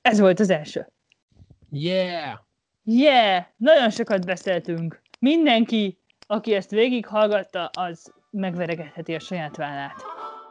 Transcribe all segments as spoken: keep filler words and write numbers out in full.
Ez volt az első. Yeah! Yeah! Nagyon sokat beszéltünk. Mindenki, aki ezt végighallgatta, az megveregetheti a saját vállát.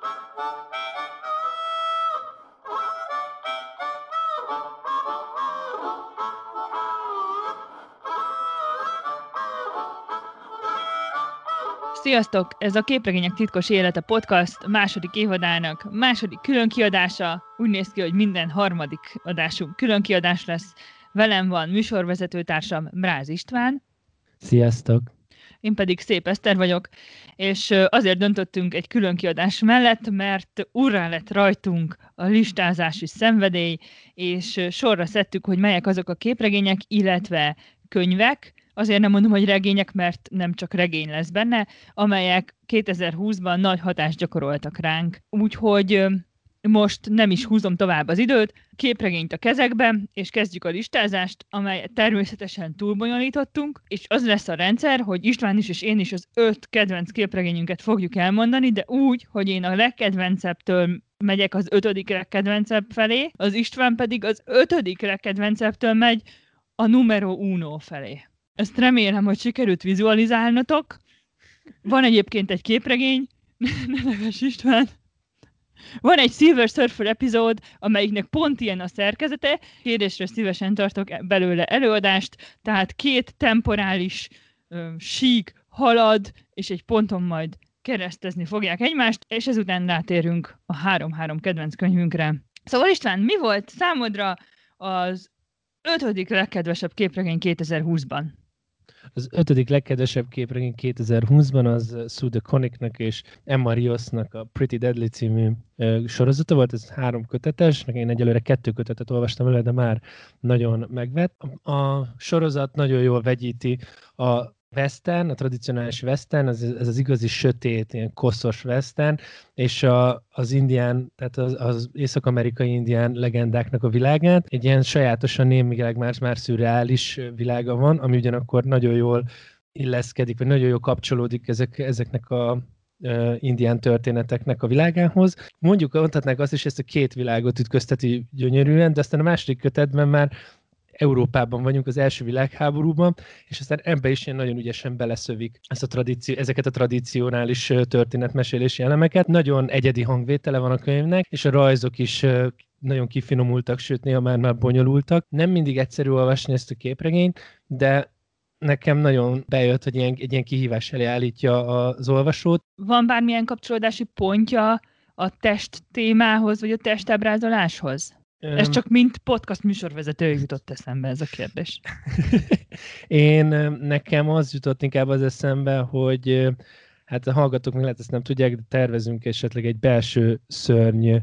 Sziasztok! Ez a Képregények titkos élete podcast második évadának második különkiadása. Úgy néz ki, hogy minden harmadik adásunk különkiadás lesz. Velem van műsorvezetőtársam Mráz István. Sziasztok! Én pedig Szép Eszter vagyok, és azért döntöttünk egy különkiadás mellett, mert urrá lett rajtunk a listázási szenvedély, és sorra szedtük, hogy melyek azok a képregények, illetve könyvek, azért nem mondom, hogy regények, mert nem csak regény lesz benne, amelyek kétezer-húszban nagy hatást gyakoroltak ránk. Úgyhogy most nem is húzom tovább az időt, képregényt a kezekbe, és kezdjük a listázást, amelyet természetesen túlbonyolítottunk, és az lesz a rendszer, hogy István is és én is az öt kedvenc képregényünket fogjuk elmondani, de úgy, hogy én a legkedvencebbtől megyek az ötödik legkedvencebb felé, az István pedig az ötödik legkedvencebbtől megy a numero uno felé. Ezt remélem, hogy sikerült vizualizálnotok. Van egyébként egy képregény, ne neves István. Van egy Silver Surfer epizód, amelyiknek pont ilyen a szerkezete. Kérdésre szívesen tartok belőle előadást, tehát két temporális ö, sík halad, és egy ponton majd keresztezni fogják egymást, és ezután rátérünk a három-három kedvenc könyvünkre. Szóval István, mi volt számodra az ötödik legkedvesebb képregény kétezer-húszban? Az ötödik legkedvesebb képregény kétezer-húszban az Sue DeConnicknak és Emma Riosnak a Pretty Deadly című uh, sorozata volt, ez három kötetes, meg én egyelőre kettő kötetet olvastam előle, de már nagyon megvett. A sorozat nagyon jól vegyíti a western, a tradicionális western, az, ez az igazi sötét, ilyen koszos western, és a, az indián, tehát az, az észak-amerikai indián legendáknak a világát. Egy ilyen sajátosan némileg már, már szürreális világa van, ami ugyanakkor nagyon jól illeszkedik, vagy nagyon jól kapcsolódik ezek, ezeknek a uh, indián történeteknek a világához. Mondjuk, mondhatnánk azt is, ezt a két világot ütközteti gyönyörűen, de aztán a második kötetben már Európában vagyunk az első világháborúban, és aztán ebbe is ilyen nagyon ügyesen beleszövik ezt a tradíció, ezeket a tradicionális történetmesélési elemeket. Nagyon egyedi hangvétele van a könyvnek, és a rajzok is nagyon kifinomultak, sőt néha már, már bonyolultak. Nem mindig egyszerű olvasni ezt a képregényt, de nekem nagyon bejött, hogy ilyen, egy ilyen kihívás elé állítja az olvasót. Van bármilyen kapcsolódási pontja a test témához, vagy a testábrázoláshoz? Ez csak mint podcast műsorvezető jutott eszembe ez a kérdés. Én nekem az jutott inkább az eszembe, hogy hát a hallgatók még lehet ezt nem tudják, de tervezünk esetleg egy belső szörnyről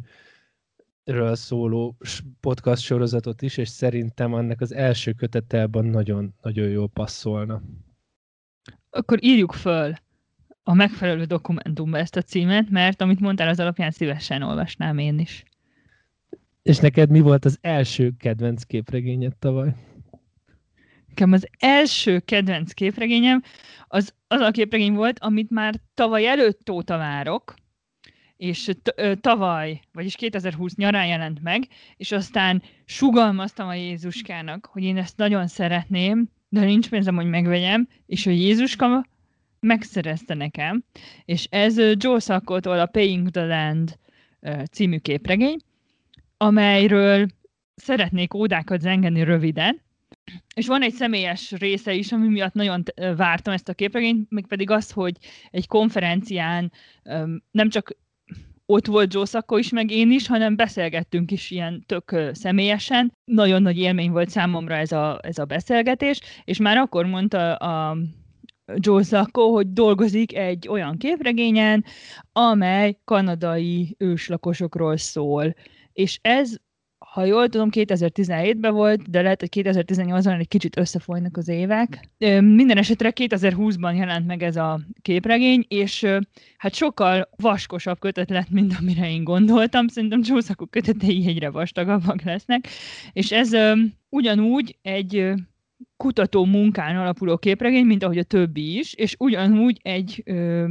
szóló podcast sorozatot is, és szerintem annak az első kötetában nagyon-nagyon jól passzolna. Akkor írjuk föl a megfelelő dokumentumba ezt a címet, mert amit mondtál, az alapján szívesen olvasnám én is. És neked mi volt az első kedvenc képregényed tavaly? Nekem az első kedvenc képregényem az, az a képregény volt, amit már tavaly előtt óta várok, és t- tavaly, vagyis kétezer-húsz nyarán jelent meg, és aztán sugalmaztam a Jézuskának, hogy én ezt nagyon szeretném, de nincs pénzem, hogy megvegyem, és a Jézuska megszerezte nekem, és ez Joe Saccotól a Paying the Land című képregény, amelyről szeretnék ódákat zengeni röviden, és van egy személyes része is, ami miatt nagyon vártam ezt a képregényt, mégpedig az, hogy egy konferencián nem csak ott volt Joe Sacco is, meg én is, hanem beszélgettünk is ilyen tök személyesen. Nagyon nagy élmény volt számomra ez a, ez a beszélgetés, és már akkor mondta a Joe Sacco, hogy dolgozik egy olyan képregényen, amely kanadai őslakosokról szól. És ez, ha jól tudom, kétezer-tizenhétben volt, de lehet, hogy kétezer-tizennyolcban egy kicsit összefolynak az évek. Minden esetre kétezer-húszban jelent meg ez a képregény, és hát sokkal vaskosabb kötet lett, mint amire én gondoltam. Szerintem Joe Sacco kötetei egyre vastagabbak lesznek. És ez ugyanúgy egy kutató munkán alapuló képregény, mint ahogy a többi is, és ugyanúgy egy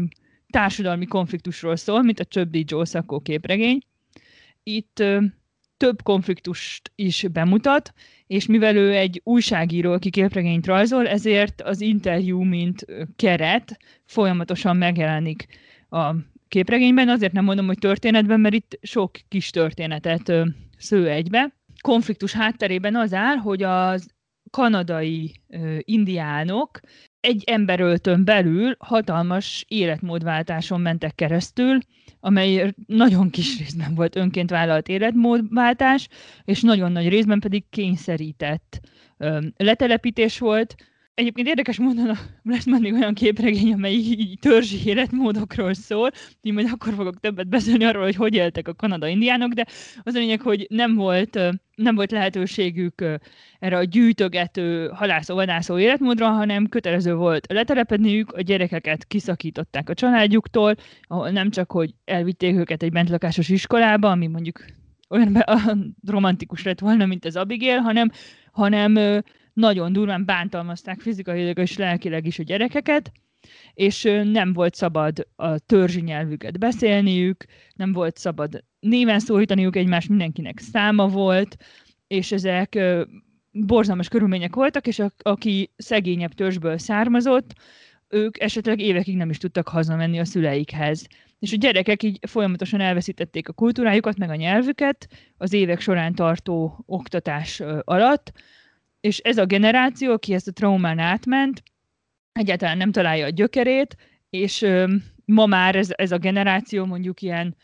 társadalmi konfliktusról szól, mint a többi Joe Sacco képregény. Itt több konfliktust is bemutat, és mivel ő egy újságíró, aki képregényt rajzol, ezért az interjú, mint keret folyamatosan megjelenik a képregényben. Azért nem mondom, hogy történetben, mert itt sok kis történetet sző egybe. Konfliktus hátterében az áll, hogy az kanadai indiánok egy emberöltön belül hatalmas életmódváltáson mentek keresztül, amely nagyon kis részben volt önként vállalt életmódváltás, és nagyon nagy részben pedig kényszerített ö, letelepítés volt. Egyébként érdekes módon lesz mindig olyan képregény, amely így törzsi életmódokról szól, így majd akkor fogok többet beszélni arról, hogy hogy éltek a kanadai indiánok, de az a lényeg, hogy nem volt, nem volt lehetőségük erre a gyűjtögető, halászó-vadászó életmódra, hanem kötelező volt letelepedniük, a gyerekeket kiszakították a családjuktól, ahol nem csak, hogy elvitték őket egy bentlakásos iskolába, ami mondjuk olyan romantikus lett volna, mint az Abigail, hanem, hanem nagyon durván bántalmazták fizikailag és lelkileg is a gyerekeket, és nem volt szabad a törzsi nyelvüket beszélniük, nem volt szabad néven szólítaniuk egymást, mindenkinek száma volt, és ezek borzalmas körülmények voltak, és a, aki szegényebb törzsből származott, ők esetleg évekig nem is tudtak hazamenni a szüleikhez. És a gyerekek így folyamatosan elveszítették a kultúrájukat, meg a nyelvüket az évek során tartó oktatás alatt, és ez a generáció, aki ezt a traumán átment, egyáltalán nem találja a gyökerét, és ö, ma már ez, ez a generáció mondjuk ilyen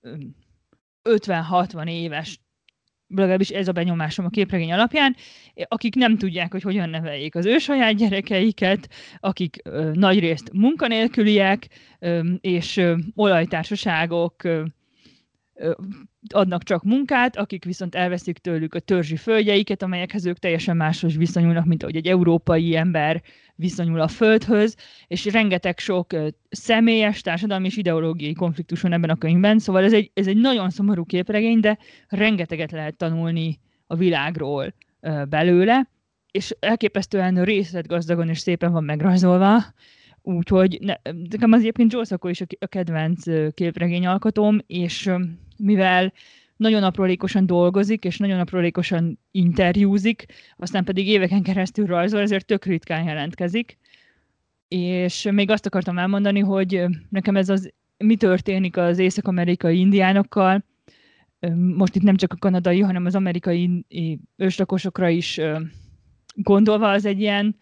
ötven-hatvan éves, legalábbis ez a benyomásom a képregény alapján, akik nem tudják, hogy hogyan neveljék az ő saját gyerekeiket, akik ö, nagyrészt munkanélküliek, ö, és ö, olajtársaságok ö, ö, adnak csak munkát, akik viszont elveszik tőlük a törzsi földjeiket, amelyekhez ők teljesen máshogy viszonyulnak, mint ahogy egy európai ember viszonyul a földhöz, és rengeteg sok személyes, társadalmi és ideológiai konfliktus van ebben a könyvben, szóval ez egy, ez egy nagyon szomorú képregény, de rengeteget lehet tanulni a világról belőle, és elképesztően részletgazdagon és szépen van megrajzolva, úgyhogy ne, nekem az egyébként Joe Sacco is a kedvenc képregény alkotóm, és mivel nagyon aprólékosan dolgozik, és nagyon aprólékosan interjúzik, aztán pedig éveken keresztül rajzol, ezért tök ritkán jelentkezik. És még azt akartam elmondani, hogy nekem ez az, mi történik az észak-amerikai indiánokkal, most itt nem csak a kanadai, hanem az amerikai őslakosokra is gondolva, az egy ilyen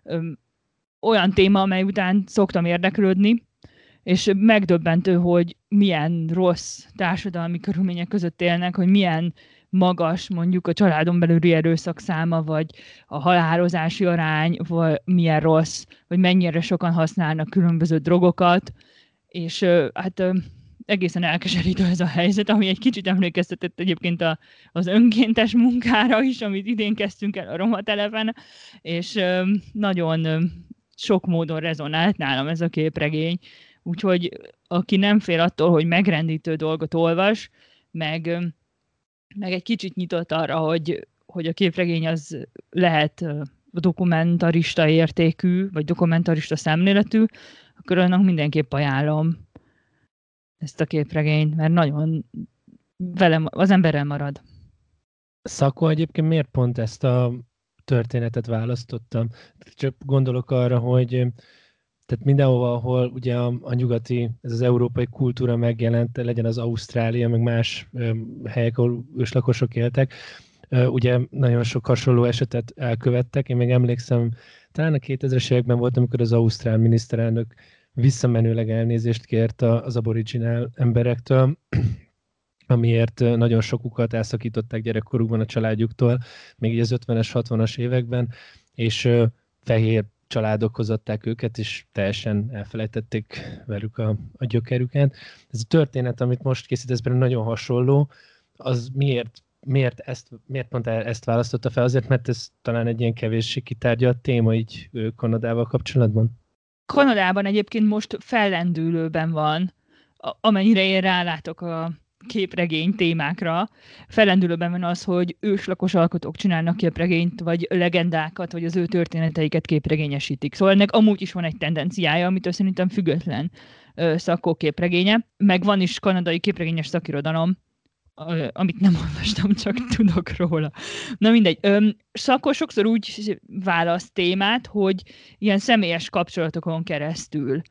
olyan téma, amely után szoktam érdeklődni, és megdöbbentő, hogy milyen rossz társadalmi körülmények között élnek, hogy milyen magas mondjuk a családon belüli erőszak száma, vagy a halálozási arány, vagy milyen rossz, vagy mennyire sokan használnak különböző drogokat, és hát egészen elkeserítő ez a helyzet, ami egy kicsit emlékeztetett egyébként a, az önkéntes munkára is, amit idén kezdtünk el a roma telepen, és nagyon sok módon rezonált nálam ez a képregény. Úgyhogy aki nem fél attól, hogy megrendítő dolgot olvas, meg, meg egy kicsit nyitott arra, hogy, hogy a képregény az lehet dokumentarista értékű, vagy dokumentarista szemléletű, akkor annak mindenképp ajánlom ezt a képregényt, mert nagyon velem, az emberrel marad. Sacco egyébként miért pont ezt a történetet választottam? Csak gondolok arra, hogy tehát mindenhova, ahol ugye a, a nyugati, ez az európai kultúra megjelent, legyen az Ausztrália, meg más ö, helyek, ahol őslakosok éltek, ö, ugye nagyon sok hasonló esetet elkövettek. Én még emlékszem, talán a kétezres években volt, amikor az ausztrál miniszterelnök visszamenőleg elnézést kért az aboriginál emberektől, amiért nagyon sokukat elszakították gyerekkorukban a családjuktól, még így az ötvenes, hatvanas években, és ö, fehér családokhoz adták őket, és teljesen elfelejtették velük a, a gyökerüket. Ez a történet, amit most készítesz, belőle nagyon hasonló, az miért, miért, ezt, miért pont ezt választotta fel? Azért, mert ez talán egy ilyen kevéssé kitárgyalt téma így Kanadával kapcsolatban? Kanadában egyébként most fellendülőben van, amennyire én rálátok a képregény témákra. Fellendülőben van az, hogy őslakos alkotók csinálnak képregényt, vagy legendákat, vagy az ő történeteiket képregényesítik. Szóval ennek amúgy is van egy tendenciája, amitől szerintem független Sacco képregénye. Meg van is kanadai képregényes szakirodalom, amit nem olvastam, csak tudok róla. Na mindegy. Szakos sokszor úgy választ témát, hogy ilyen személyes kapcsolatokon keresztül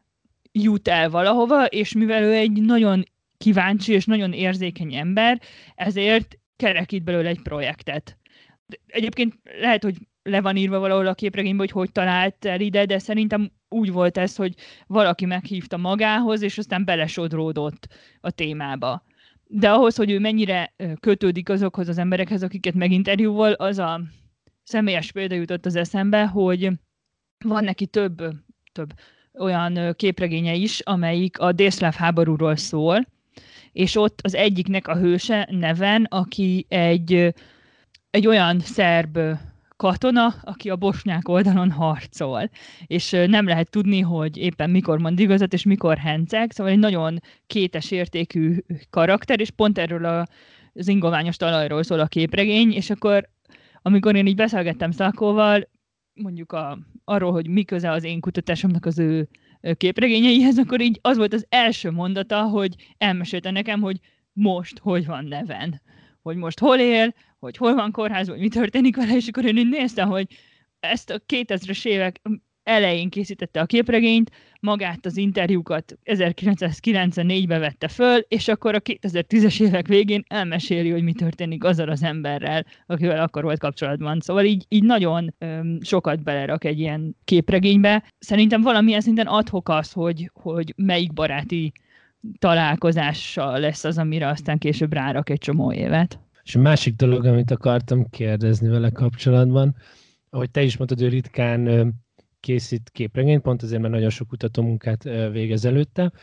jut el valahova, és mivel ő egy nagyon kíváncsi és nagyon érzékeny ember, ezért kerekít belőle egy projektet. Egyébként lehet, hogy le van írva valahol a képregényben, hogy hogy talált el ide, de szerintem úgy volt ez, hogy valaki meghívta magához, és aztán belesodródott a témába. De ahhoz, hogy ő mennyire kötődik azokhoz az emberekhez, akiket meginterjúval, az a személyes példa jutott az eszembe, hogy van neki több, több olyan képregénye is, amelyik a délszláv háborúról szól, és ott az egyiknek a hőse Neven, aki egy, egy olyan szerb katona, aki a bosnyák oldalon harcol, és nem lehet tudni, hogy éppen mikor mond igazat, és mikor henceg, szóval egy nagyon kétes értékű karakter, és pont erről a, az ingoványos talajról szól a képregény, és akkor, amikor én így beszélgettem Szakóval, mondjuk a, arról, hogy mi köze az én kutatásomnak az ő képregényeihez, akkor így az volt az első mondata, hogy elmesélte nekem, hogy most hogy van Neven, hogy most hol él, hogy hol van kórházban, hogy mi történik vele, és akkor én így néztem, hogy ezt a kétezres évek elején készítette a képregényt, magát az interjúkat ezerkilencszázkilencvennégyben vette föl, és akkor a kétezer-tízes évek végén elmeséli, hogy mi történik azzal az emberrel, akivel akkor volt kapcsolatban. Szóval így, így nagyon öm, sokat belerak egy ilyen képregénybe. Szerintem valamilyen szinten ad-hoc az, hogy, hogy melyik baráti találkozással lesz az, amire aztán később rárak egy csomó évet. És a másik dolog, amit akartam kérdezni vele kapcsolatban, ahogy te is mondtad, ő ritkán készít képregényt, pont azért, mert nagyon sok kutatómunkát végez előtte.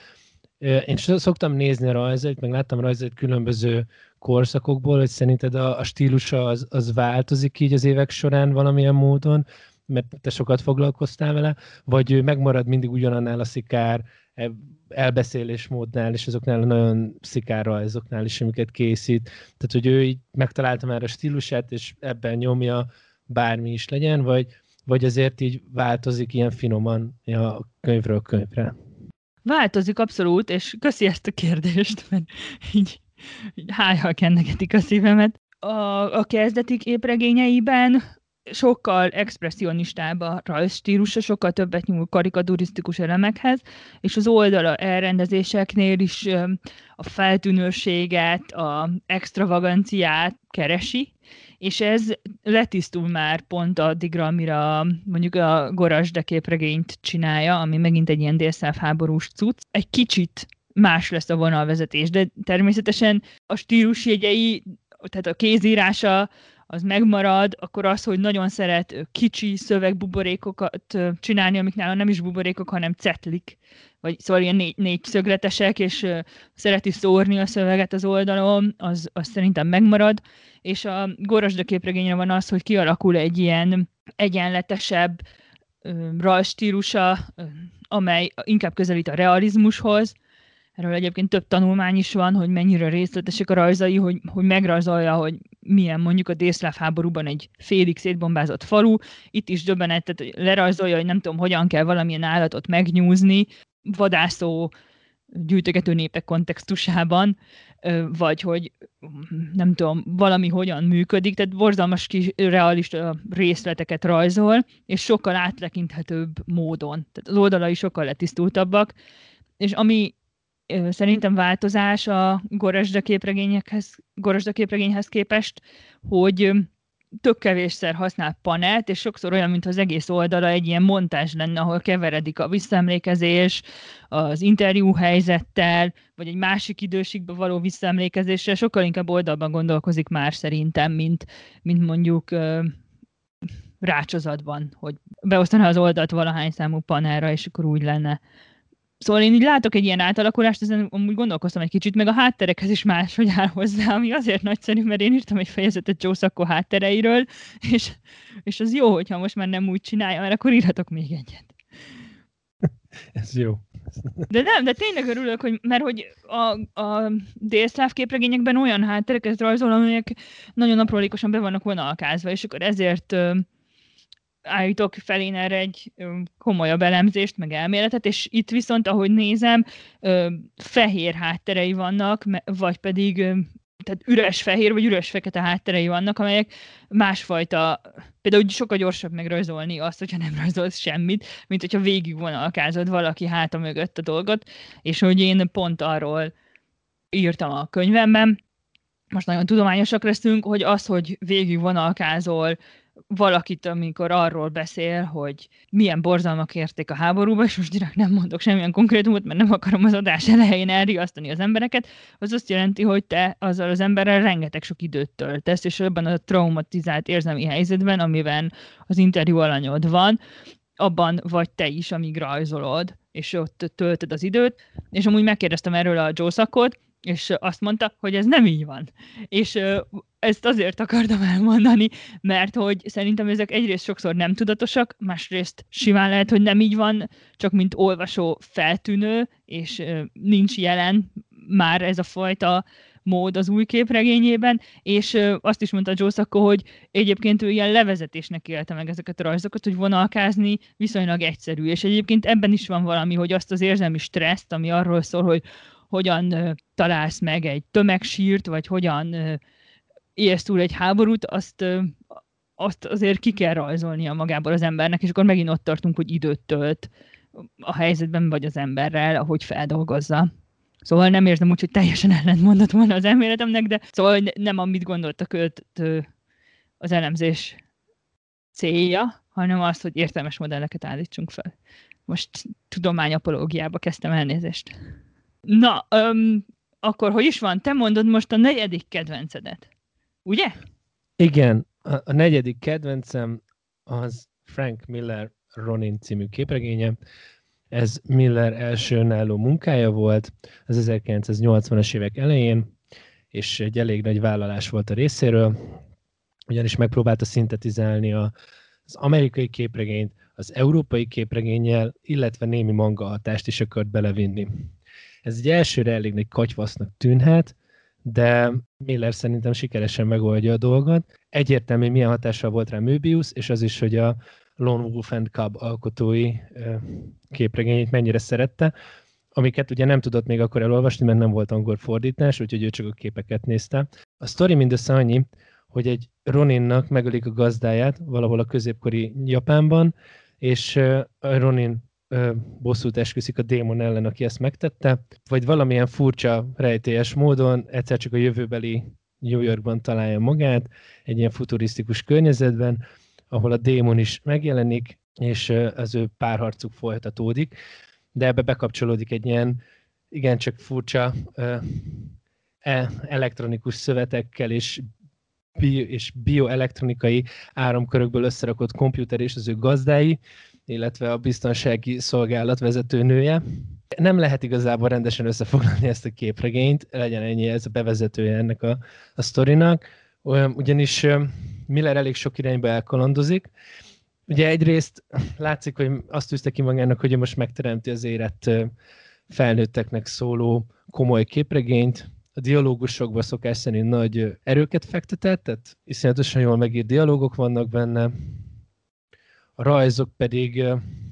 Én szoktam nézni a rajzait, meg láttam rajzait különböző korszakokból, hogy szerinted a, a stílusa az, az változik így az évek során valamilyen módon, mert te sokat foglalkoztál vele, vagy ő megmarad mindig ugyanannál a szikár elbeszélésmódnál, és azoknál a nagyon szikár rajzoknál is, amiket készít. Tehát, hogy ő így megtalálta már a stílusát, és ebben nyomja bármi is legyen, vagy, vagy azért így változik ilyen finoman a könyvről könyvre? Változik abszolút, és köszi ezt a kérdést, mert így, így hájjal kennegetik a szívemet. A, a kezdeti képregényeiben sokkal expresszionistább a rajzstílusa, sokkal többet nyúl karikaturisztikus elemekhez, és az oldala elrendezéseknél is a feltűnőséget, a extravaganciát keresi, és ez letisztul már pont addigra, amire mondjuk a Gorazde képregényt csinálja, ami megint egy ilyen délszláv háborús cucc. Egy kicsit más lesz a vonalvezetés, de természetesen a stílusjegyei, tehát a kézírása, az megmarad, akkor az, hogy nagyon szeret kicsi szövegbuborékokat csinálni, amik nála nem is buborékok, hanem cetlik, vagy szóval ilyen négy, négy szögletesek, és szereti szórni a szöveget az oldalon, az, az szerintem megmarad, és a Gorazde képregényre van az, hogy kialakul egy ilyen egyenletesebb rajzstílusa, amely inkább közelít a realizmushoz. Erről egyébként több tanulmány is van, hogy mennyire részletesek a rajzai, hogy, hogy megrajzolja, hogy milyen mondjuk a délszláv háborúban egy félig szétbombázott falu. Itt is döbbenet, tehát hogy lerajzolja, hogy nem tudom, hogyan kell valamilyen állatot megnyúzni, vadászó gyűjtögető népek kontextusában, vagy hogy nem tudom, valami hogyan működik, tehát borzalmas kis realista részleteket rajzol, és sokkal áttekinthetőbb módon. Tehát az oldalai sokkal letisztultabbak, és ami szerintem változás a Gorazde képregényekhez, Gorazde képregényhez képest, hogy tök kevésszer használ panelt, és sokszor olyan, mintha az egész oldala egy ilyen montázs lenne, ahol keveredik a visszaemlékezés, az interjú helyzettel, vagy egy másik időségbe való visszaemlékezéssel, sokkal inkább oldalban gondolkozik már szerintem, mint, mint mondjuk uh, rácsozatban, hogy beosztaná az oldalt valahány számú panelra, és akkor úgy lenne. Szóval én így látok egy ilyen átalakulást, ezen amúgy gondolkoztam egy kicsit, meg a hátterekhez is máshogy áll hozzá, ami azért nagyszerű, mert én írtam egy fejezetet Joe Sacco háttereiről, és, és az jó, hogyha most már nem úgy csinálja, mert akkor írhatok még egyet. Ez jó. De nem, de tényleg örülök, hogy, mert hogy a, a délszláv képregényekben olyan háttereket rajzol, amelyek nagyon aprólékosan be vannak vonalkázva, és akkor ezért állítok fel én erre egy komolyabb elemzést, meg elméletet, és itt viszont, ahogy nézem, fehér hátterei vannak, vagy pedig tehát üres fehér vagy üres fekete hátterei vannak, amelyek másfajta, például sokkal gyorsabb megrajzolni azt, hogyha nem rajzolsz semmit, mint hogyha végigvonalkázod valaki háta mögött a dolgot, és hogy én pont arról írtam a könyvemben, most nagyon tudományosak leszünk, hogy az, hogy végigvonalkázol valakit, amikor arról beszél, hogy milyen borzalmak érték a háborúba, és most direkt nem mondok semmilyen konkrétumot, mert nem akarom az adás elején elriasztani az embereket, az azt jelenti, hogy te azzal az emberrel rengeteg sok időt töltesz, és abban a traumatizált érzelmi helyzetben, amiben az interjú alanyod van, abban vagy te is, amíg rajzolod, és ott töltöd az időt, és amúgy megkérdeztem erről a Joe Sackot, és azt mondta, hogy ez nem így van. És ezt azért akartam elmondani, mert hogy szerintem ezek egyrészt sokszor nem tudatosak, másrészt simán lehet, hogy nem így van, csak mint olvasó feltűnő, és nincs jelen már ez a fajta mód az új képregényében, és azt is mondta Joe Sacco, hogy egyébként ő ilyen levezetésnek élte meg ezeket a rajzokat, hogy vonalkázni viszonylag egyszerű, és egyébként ebben is van valami, hogy azt az érzelmi stresszt, ami arról szól, hogy hogyan uh, találsz meg egy tömegsírt, vagy hogyan uh, élsz túl egy háborút, azt, uh, azt azért ki kell rajzolnia magából az embernek, és akkor megint ott tartunk, hogy időt tölt a helyzetben, vagy az emberrel, ahogy feldolgozza. Szóval nem érzem úgy, hogy teljesen ellentmondott volna az elméletemnek, de szóval nem amit gondolt a költ az elemzés célja, hanem az, hogy értelmes modelleket állítsunk fel. Most tudományapológiába kezdtem, elnézést. Na, öm, akkor hogy is van? Te mondod most a negyedik kedvencedet, ugye? Igen, a, a negyedik kedvencem az Frank Miller Ronin című képregénye. Ez Miller első önálló munkája volt az ezerkilencszáznyolcvanas évek elején, és egy elég nagy vállalás volt a részéről, ugyanis megpróbálta szintetizálni a, az amerikai képregényt az európai képregénnyel, illetve némi manga hatást is akart belevinni. Ez egy elsőre elég nagy katyvasznak tűnhet, de Miller szerintem sikeresen megoldja a dolgot. Egyértelmű, milyen hatással volt rá Möbius, és az is, hogy a Lone Wolf and Cub alkotói képregényét mennyire szerette, amiket ugye nem tudott még akkor elolvasni, mert nem volt angol fordítás, úgyhogy ő csak a képeket nézte. A sztori mindössze annyi, hogy egy Roninnak megölik a gazdáját valahol a középkori Japánban, és a Ronin bosszút esküszik a démon ellen, aki ezt megtette, vagy valamilyen furcsa, rejtélyes módon egyszer csak a jövőbeli New Yorkban találja magát, egy ilyen futurisztikus környezetben, ahol a démon is megjelenik, és az ő párharcuk folytatódik, de ebbe bekapcsolódik egy ilyen igencsak furcsa elektronikus szövetekkel és, bio, és bioelektronikai áramkörökből összerakott komputer és az ő gazdái, illetve a biztonsági szolgálat vezetőnője. Nem lehet igazából rendesen összefoglalni ezt a képregényt, legyen ennyi ez a bevezetője ennek a, a sztorinak, ugyanis Miller elég sok irányba elkalandozik. Ugye egyrészt látszik, hogy azt tűzte ki magának, hogy most megteremti az érett felnőtteknek szóló komoly képregényt. A dialógusokban szokás szerint nagy erőket fektetett, tehát iszonyatosan jól megírt dialógok vannak benne. A rajzok pedig,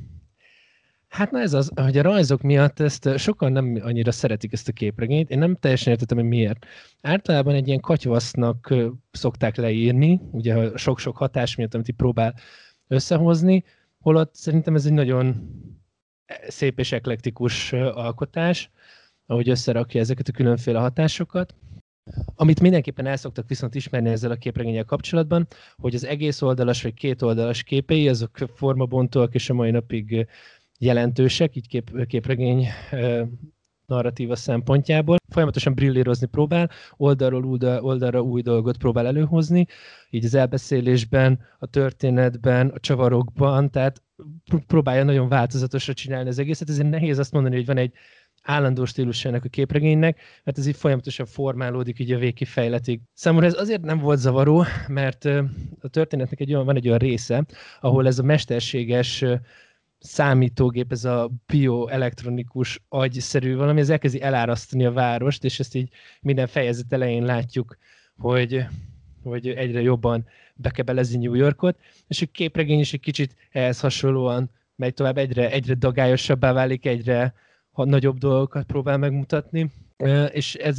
hát na ez az, hogy a rajzok miatt ezt sokan nem annyira szeretik ezt a képregényt. Én nem teljesen értettem, hogy miért. Általában egy ilyen katyvasznak szokták leírni, ugye sok-sok hatás miatt, amit így próbál összehozni, holott szerintem ez egy nagyon szép és eklektikus alkotás, ahogy összerakja ezeket a különféle hatásokat. Amit mindenképpen el szoktak viszont ismerni ezzel a képregénnyel kapcsolatban, hogy az egész oldalas vagy két oldalas képei, azok formabontóak és a mai napig jelentősek, így kép, képregény narratíva szempontjából. Folyamatosan brillírozni próbál, oldalról oldalra új dolgot próbál előhozni, így az elbeszélésben, a történetben, a csavarokban, tehát próbálja nagyon változatosra csinálni az egészet. Ezért nehéz azt mondani, hogy van egy állandó stílus ennek a képregénynek, mert ez így folyamatosan formálódik így a végkifejletig. Számomra ez azért nem volt zavaró, mert a történetnek egy olyan, van egy olyan része, ahol ez a mesterséges számítógép, ez a bioelektronikus agyszerű valami, ez elkezdi elárasztani a várost, és ezt így minden fejezet elején látjuk, hogy, hogy egyre jobban bekebelezi New Yorkot, és a képregény is egy kicsit ehhez hasonlóan megy tovább, egyre, egyre dagályosabbá válik, egyre nagyobb dolgokat próbál megmutatni, és ezzel az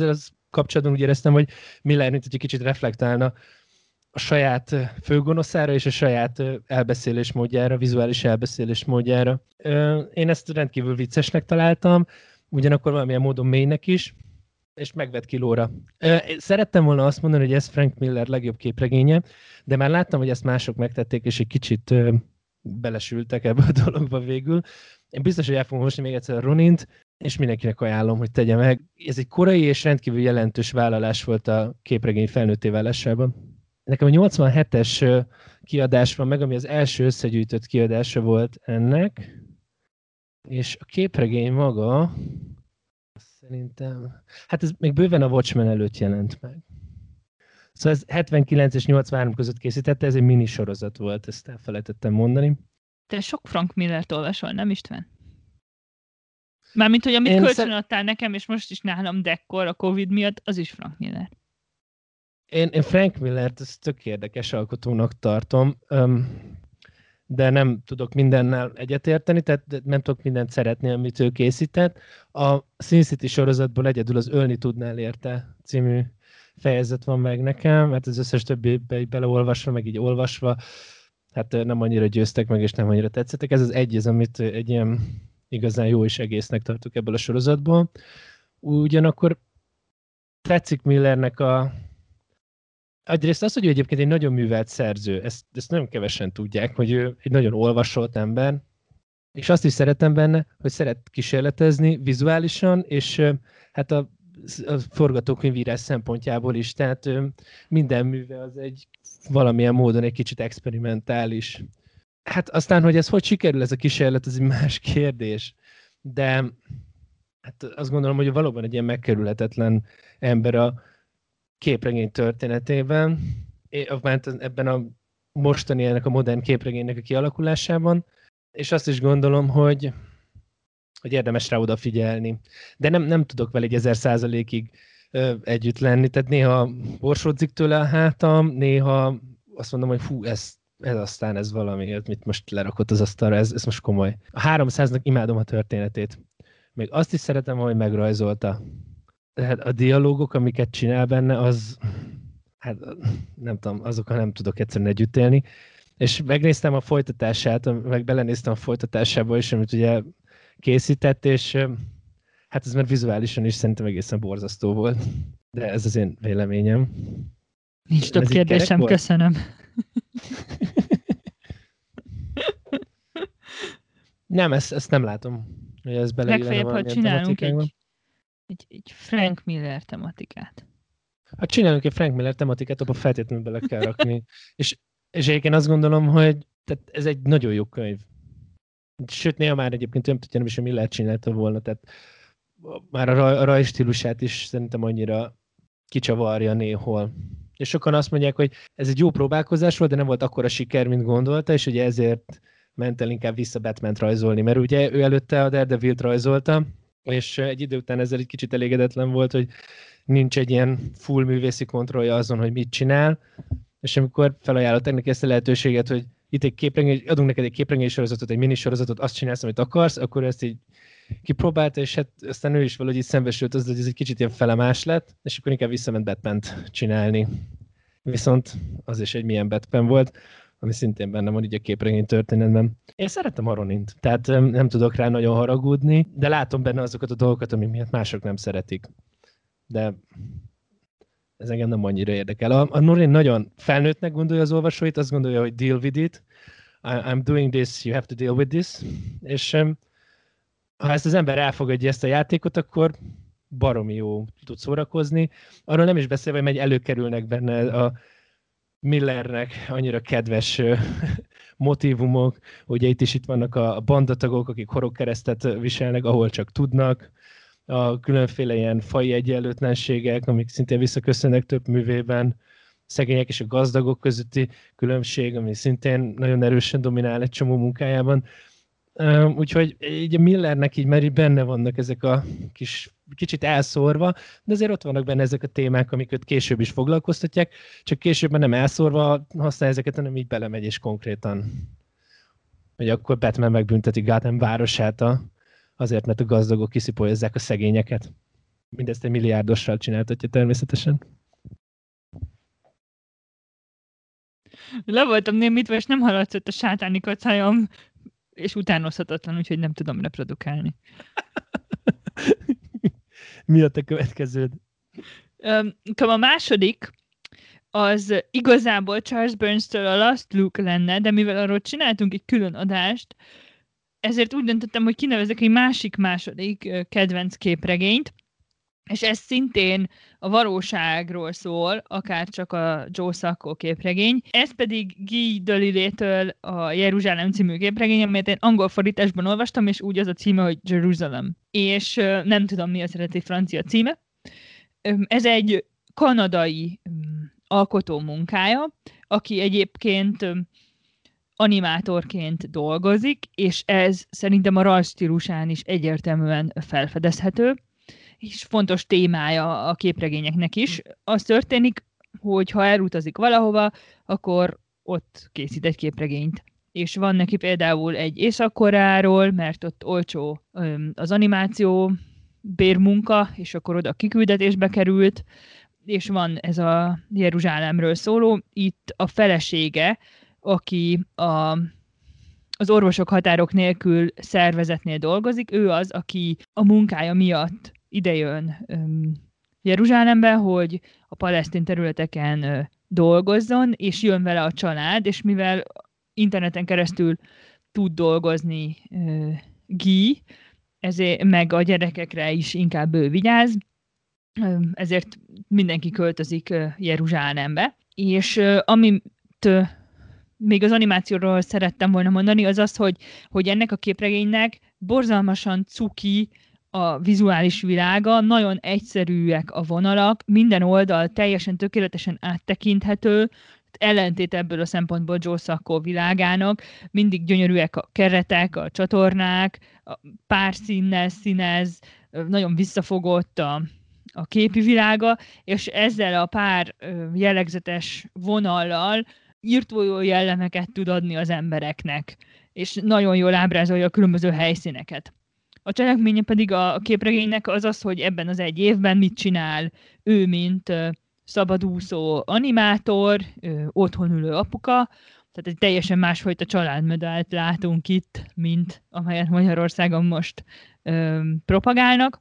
kapcsolatban úgy éreztem, hogy Miller, mint hogy egy kicsit reflektálna a saját főgonoszára és a saját elbeszélés módjára, vizuális elbeszélés módjára. Én ezt rendkívül viccesnek találtam, ugyanakkor valamilyen módon mélynek is, és megvett kilóra. Szerettem volna azt mondani, hogy ez Frank Miller legjobb képregénye, de már láttam, hogy ezt mások megtették, és egy kicsit belesültek ebbe a dologba végül. Én biztos, hogy el fogom mosni még egyszer a Ronint, és mindenkinek ajánlom, hogy tegye meg. Ez egy korai és rendkívül jelentős vállalás volt a képregény felnőtté válásában. Nekem a nyolcvanhetes kiadás van meg, ami az első összegyűjtött kiadása volt ennek, és a képregény maga, szerintem, hát ez még bőven a Watchmen előtt jelent meg. Szóval ez hetvenkilenc és nyolcvanhárom között készítette, ez egy mini sorozat volt, ezt elfelejtettem mondani. Te sok Frank Millert olvasol, nem István? Mármint, hogy amit Én kölcsön adtál nekem, és most is nálam dekkor a Covid miatt, az is Frank Miller. Én, én Frank Millert ezt tök érdekes alkotónak tartom, de nem tudok mindennel egyetérteni, tehát nem tudok mindent szeretni, amit ő készített. A Sin City sorozatból egyedül az Ölni tudnál érte című fejezet van meg nekem, mert az összes többibe beleolvasva, meg így olvasva, hát nem annyira győztek meg, és nem annyira tetszettek. Ez az egy, az, amit egy ilyen igazán jó és egésznek tartok ebből a sorozatból. Ugyanakkor tetszik Millernek a egyrészt az, hogy ő egyébként egy nagyon művelt szerző, ezt, ezt nagyon kevesen tudják, hogy ő egy nagyon olvasott ember, és azt is szeretem benne, hogy szeret kísérletezni vizuálisan, és hát a, a forgatókönyvírás szempontjából is, tehát minden műve az egy valamilyen módon egy kicsit experimentális. Hát aztán, hogy ez hogy sikerül ez a kísérlet, ez egy más kérdés, de hát azt gondolom, hogy valóban egy ilyen megkerülhetetlen ember a képregény történetében, ebben a mostani, ennek a modern képregénynek a kialakulásában, és azt is gondolom, hogy, hogy érdemes rá odafigyelni. De nem, nem tudok vele egy ezer százalékig együtt lenni, tehát néha borsódzik tőle a hátam, néha azt mondom, hogy fú, ez, ez aztán ez valami, mit most lerakott az asztalra, ez, ez most komoly. A háromszáznak imádom a történetét. Még azt is szeretem, hogy megrajzolta. Tehát a dialógok, amiket csinál benne, az, hát nem tudom, azokkal nem tudok egyszerűen együtt élni. És megnéztem a folytatását, meg belenéztem a folytatásába is, amit ugye készített, és hát ez már vizuálisan is szerintem egészen borzasztó volt. De ez az én véleményem. Nincs több kérdésem, köszönöm. Nem, ezt, ezt nem látom, hogy ez beleillene legfeljebb, ha csinálunk egy, egy, egy Frank Miller tematikát. Ha csinálunk egy Frank Miller tematikát, abban feltétlenül bele kell rakni. és, és egyébként azt gondolom, hogy tehát ez egy nagyon jó könyv. Sőt, néha már egyébként nem tudja, nem is, hogy Miller csinálta volna, tehát már a, raj, a rajstílusát is szerintem annyira kicsavarja néhol. És sokan azt mondják, hogy ez egy jó próbálkozás volt, de nem volt akkora siker, mint gondolta, és ugye ezért ment el inkább vissza Batman-t rajzolni, mert ugye ő előtte a Daredevil-t rajzolta, és egy idő után ezzel egy kicsit elégedetlen volt, hogy nincs egy ilyen full művészi kontrollja azon, hogy mit csinál, és amikor felajánlották neki ezt a lehetőséget, hogy itt egy képregény, adunk neked egy képregény sorozatot, egy minisorozatot, azt csinálsz, amit akarsz, akkor ezt így kipróbálta, és hát aztán ő is valahogy így szembesült az, hogy ez egy kicsit ilyen felemás lett, és akkor inkább visszament Batman-t csinálni. Viszont az is egy milyen Batman volt, ami szintén benne van így a képregény történetben. Én szeretem a Ronint, tehát nem tudok rá nagyon haragudni, de látom benne azokat a dolgokat, amik miatt mások nem szeretik. De ez engem nem annyira érdekel. A, a Norin nagyon felnőttnek gondolja az olvasóit, azt gondolja, hogy deal with it. I, I'm doing this, you have to deal with this. És ha ezt az ember elfogadja ezt a játékot, akkor baromi jó tud szórakozni. Arról nem is beszélve, hogy megy előkerülnek benne a Millernek annyira kedves motívumok. Ugye itt is itt vannak a bandatagok, akik horogkeresztet viselnek, ahol csak tudnak. A különféle ilyen faji egyenlőtlenségek, amik szintén visszaköszönnek több művében. Szegények és a gazdagok közötti különbség, ami szintén nagyon erősen dominál egy csomó munkájában. Úgyhogy így a Millernek így már így benne vannak ezek a kis, kicsit elszórva, de azért ott vannak benne ezek a témák, amik őt később is foglalkoztatják, csak később nem elszórva használ ezeket, hanem így belemegy és konkrétan. Hogy akkor Batman megbünteti Gotham városát a, azért, mert a gazdagok kiszipolyozzák a szegényeket. Mindezt egy milliárdossal csináltatja természetesen. Le voltam némítve, és nem hallatszott a sátáni kacajom, és utánozhatatlan, úgyhogy nem tudom reprodukálni. Mi a te következőd? A második, az igazából Charles Burns-től a Last Luke lenne, de mivel arról csináltunk egy külön adást, ezért úgy döntöttem, hogy kinevezek egy másik második kedvenc képregényt, és ez szintén a valóságról szól, akár csak a Joe Sacco képregény. Ez pedig Guy Delisle-től a Jeruzsálem című képregény, amelyet én angol fordításban olvastam, és úgy az a címe, hogy Jerusalem. És nem tudom, mi az eredeti francia címe. Ez egy kanadai alkotó munkája, aki egyébként animátorként dolgozik, és ez szerintem a rajzstílusán is egyértelműen felfedezhető, és fontos témája a képregényeknek is. Az történik, hogy ha elutazik valahova, akkor ott készít egy képregényt. És van neki például egy Észak-Koreáról, mert ott olcsó az animáció, bérmunka, és akkor oda kiküldetésbe került, és van ez a Jeruzsálemről szóló. Itt a felesége, aki a, az Orvosok Határok Nélkül szervezetnél dolgozik, ő az, aki a munkája miatt idejön um, Jeruzsálembe, hogy a palesztin területeken uh, dolgozzon, és jön vele a család, és mivel interneten keresztül tud dolgozni uh, Guy, ezért meg a gyerekekre is inkább ő vigyáz, uh, ezért mindenki költözik uh, Jeruzsálembe. És uh, amit uh, még az animációról szerettem volna mondani, az az, hogy, hogy ennek a képregénynek borzalmasan cuki a vizuális világa, nagyon egyszerűek a vonalak, minden oldal teljesen tökéletesen áttekinthető, ellentét ebből a szempontból Joe Sacco világának, mindig gyönyörűek a keretek, a csatornák, a pár színnel színez, nagyon visszafogott a, a képi világa, és ezzel a pár jellegzetes vonallal írtó jó jellemeket tud adni az embereknek, és nagyon jól ábrázolja a különböző helyszíneket. A cselekménye pedig a képregénynek az az, hogy ebben az egy évben mit csinál ő, mint szabadúszó animátor, otthon ülő apuka, tehát egy teljesen másfajta családmodellt látunk itt, mint amelyet Magyarországon most ö, propagálnak,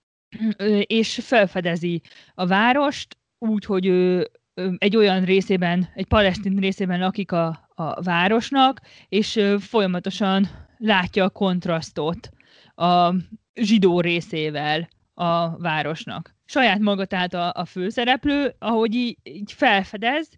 ö, és felfedezi a várost úgy, hogy ő egy olyan részében, egy palesztin részében lakik a, a városnak, és folyamatosan látja a kontrasztot a zsidó részével a városnak. Saját maga tehát a, a főszereplő, ahogy így, így felfedez,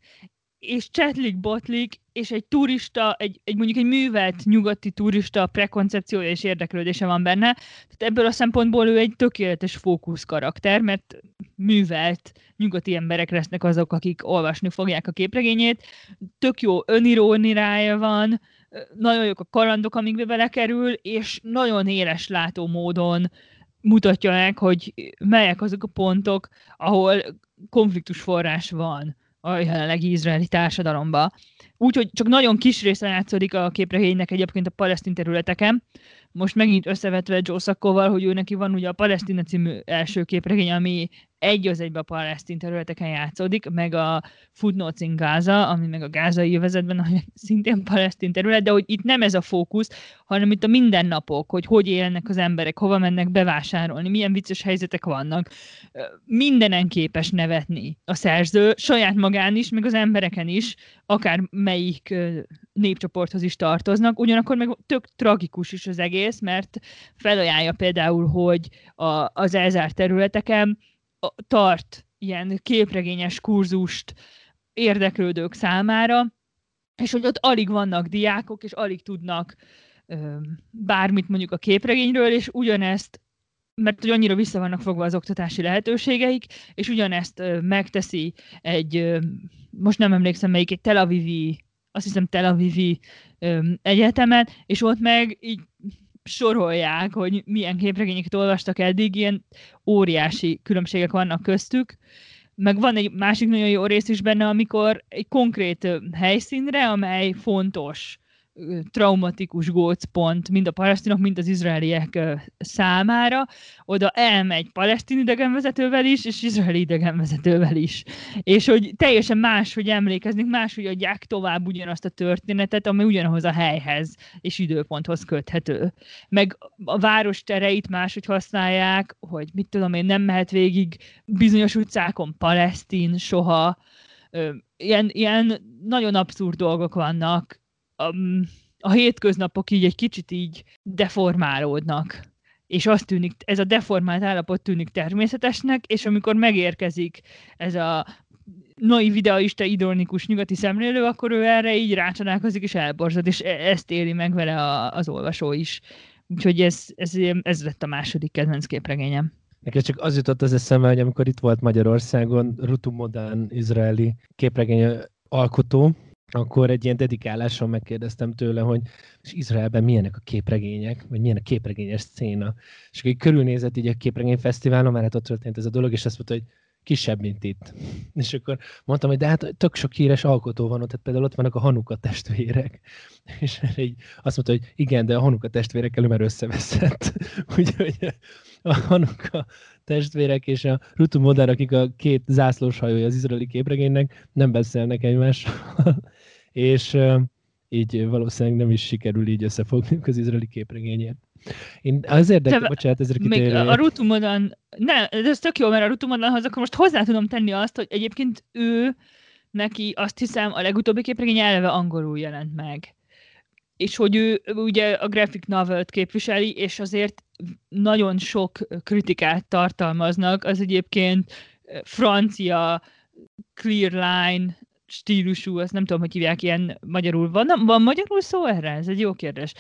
és csetlik-botlik, és egy turista, egy, egy mondjuk egy művelt nyugati turista prekoncepciója és érdeklődése van benne. Tehát ebből a szempontból ő egy tökéletes fókusz karakter, mert művelt nyugati emberek lesznek azok, akik olvasni fogják a képregényét. Tök jó öniróniája van, nagyon jók a kalandok, amikbe belekerül, és nagyon éles látó módon mutatja meg, hogy melyek azok a pontok, ahol konfliktus forrás van a jelenlegi izraeli társadalomban. Úgyhogy csak nagyon kis része játszódik a képregénynek egyébként a palesztin területeken. Most megint összevetve Joe Saccoval, hogy ő neki van ugye a Palesztina című első képregény, ami egy az egybe a palesztin területeken játszódik, meg a Footnotes in Gaza, ami meg a gázai övezetben, ami szintén palesztin terület, de hogy itt nem ez a fókusz, hanem itt a mindennapok, hogy hogy élnek az emberek, hova mennek bevásárolni, milyen vicces helyzetek vannak. Mindenen képes nevetni a szerző, saját magán is, meg az embereken is, akár melyik népcsoporthoz is tartoznak, ugyanakkor meg tök tragikus is az egész, mert felajánlja például, hogy a, az elzárt területeken tart ilyen képregényes kurzust érdeklődők számára, és hogy ott alig vannak diákok, és alig tudnak ö, bármit mondjuk a képregényről, és ugyanezt, mert hogy annyira vissza vannak fogva az oktatási lehetőségeik, és ugyanezt ö, megteszi egy, ö, most nem emlékszem melyik, egy Tel Avivi, azt hiszem Tel Avivi ö, egyetemen, és ott meg így sorolják, hogy milyen képregényeket olvastak eddig, ilyen óriási különbségek vannak köztük. Meg van egy másik nagyon jó rész is benne, amikor egy konkrét helyszínre, amely fontos traumatikus gócpont mind a palesztinok, mind az izraeliek számára. Oda elmegy palesztin idegenvezetővel is, és izraeli idegenvezetővel is. És hogy teljesen más, hogy emlékeznek, más, hogy adják tovább ugyanazt a történetet, ami ugyanahoz a helyhez és időponthoz köthető. Meg a város tereit máshogy használják, hogy mit tudom én, nem mehet végig bizonyos utcákon palesztin soha. Ilyen, ilyen nagyon abszurd dolgok vannak. A, a hétköznapok így egy kicsit így deformálódnak. És azt tűnik, ez a deformált állapot tűnik természetesnek, és amikor megérkezik ez a naiv idealista, ironikus nyugati szemlélő, akkor ő erre így rácsodálkozik és elborzad, és ezt éli meg vele a, az olvasó is. Úgyhogy ez, ez, ez lett a második kedvenc képregényem. Nekem csak az jutott az eszembe, hogy amikor itt volt Magyarországon Rutu Modán izraeli képregény alkotó, akkor egy ilyen dedikáláson megkérdeztem tőle, hogy és Izraelben milyenek a képregények, vagy milyen a képregényes széna. És akkor körülnézett így a képregényfesztiválon, mert hát ott történt ez a dolog, és azt mondta, hogy kisebb, mint itt. És akkor mondtam, hogy de hát tök sok híres alkotó van ott, tehát például ott vannak a Hanuka testvérek. És így azt mondta, hogy igen, de a Hanuka testvérekkel ő már összeveszett. Úgyhogy a Hanuka testvérek és a Rutu Modán, akik a két zászlós hajója az izraeli képregénynek, nem beszélnek egymással. És uh, így valószínűleg nem is sikerül így összefogniuk az izraeli képregényért. Én az érdekel, bocsánat, ezért kitérője. A Rutu Modán, ne, de ez tök jó, mert a Rutu Modánhoz akkor most hozzá tudom tenni azt, hogy egyébként ő, neki azt hiszem a legutóbbi képregény eleve angolul jelent meg. És hogy ő ugye a graphic novelt képviseli, és azért nagyon sok kritikát tartalmaznak, az egyébként francia clear line stílusú, azt nem tudom, hogy hívják ilyen magyarul. Van, van magyarul szó erre? Ez egy jó kérdés.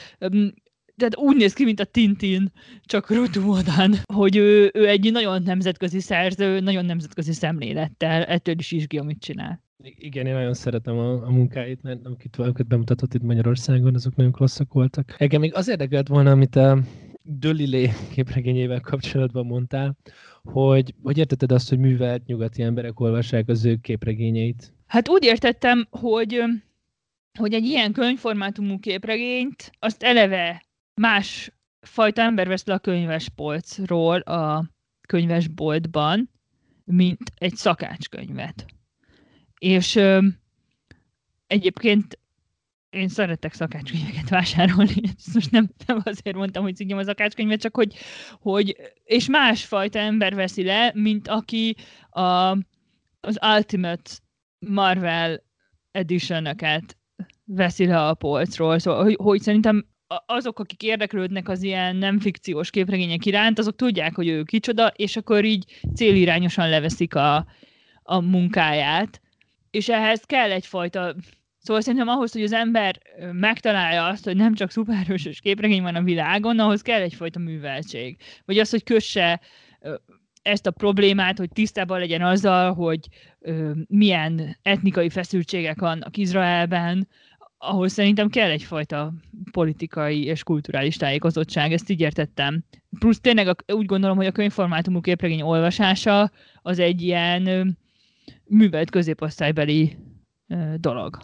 Tehát úgy néz ki, mint a Tintin, csak Rutu Modán, hogy ő, ő egy nagyon nemzetközi szerző, nagyon nemzetközi szemlélettel, ettől is izgi, amit csinál. Igen, én nagyon szeretem a, a munkáit, mert amiket valakat bemutatott itt Magyarországon, azok nagyon klasszak voltak. Engem még az érdekelt volna, amit a Dölilé képregényével kapcsolatban mondtál, hogy, hogy értetted azt, hogy művelt nyugati emberek olvassák az ő képregényeit? Hát úgy értettem, hogy, hogy egy ilyen könyvformátumú képregényt, azt eleve más fajta ember vesz le a könyvespolcról a könyvesboltban, mint egy szakácskönyvet. És ö, egyébként én szeretek szakácskönyveket vásárolni, ezt most nem, nem azért mondtam, hogy szívjam a szakácskönyvet, csak hogy, hogy és másfajta ember veszi le, mint aki a, az Ultimate Marvel Edition-öket veszi le a polcról. Szóval, hogy, hogy szerintem azok, akik érdeklődnek az ilyen nem fikciós képregények iránt, azok tudják, hogy ő kicsoda, és akkor így célirányosan leveszik a, a munkáját. És ehhez kell egyfajta... Szóval szerintem ahhoz, hogy az ember megtalálja azt, hogy nem csak szuperhősös képregény van a világon, ahhoz kell egyfajta műveltség. Vagy az, hogy kösse ezt a problémát, hogy tisztában legyen azzal, hogy milyen etnikai feszültségek vannak Izraelben, ahhoz szerintem kell egyfajta politikai és kulturális tájékozottság, ezt így értettem. Plusz tényleg úgy gondolom, hogy a könyvformátumú képregény olvasása az egy ilyen művelt középosztálybeli dolog.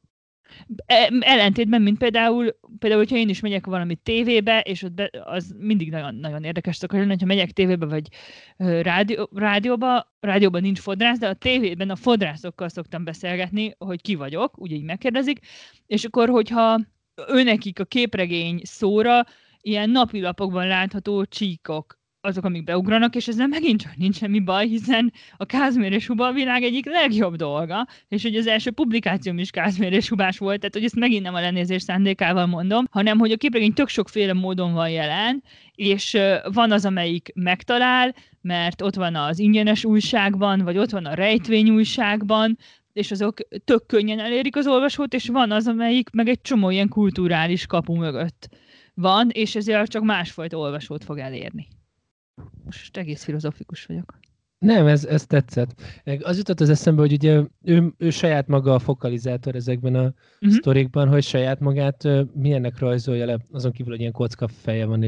Ellentétben, mint például, például, hogyha én is megyek valami tévébe, és ott be, az mindig nagyon, nagyon érdekes szokott lenni, hogyha megyek tévébe, vagy rádió, rádióba, rádióban nincs fodrász, de a tévében a fodrászokkal szoktam beszélgetni, hogy ki vagyok, ugye így megkérdezik, és akkor, hogyha őnekik a képregény szóra ilyen napilapokban látható csíkok, azok, amik beugranak, és ezzel megint csak nincs semmi baj, hiszen a Kázmér és Huba a világ egyik legjobb dolga, és hogy az első publikációm is Kázmér és Hubás volt, tehát hogy ezt megint nem a lenézés szándékával mondom, hanem hogy a képregény tök sokféle módon van jelen, és van az, amelyik megtalál, mert ott van az ingyenes újságban, vagy ott van a rejtvény újságban, és azok tök könnyen elérik az olvasót, és van az, amelyik meg egy csomó ilyen kulturális kapu mögött van, és ezért csak másfajta olvasót fog elérni. Most egész filozofikus vagyok. Nem, ez, ez tetszett. Az jutott az eszembe, hogy ugye ő, ő saját maga a fokalizátor ezekben a uh-huh. sztorikban, hogy saját magát milyennek rajzolja le, azon kívül, hogy ilyen kocka feje van, és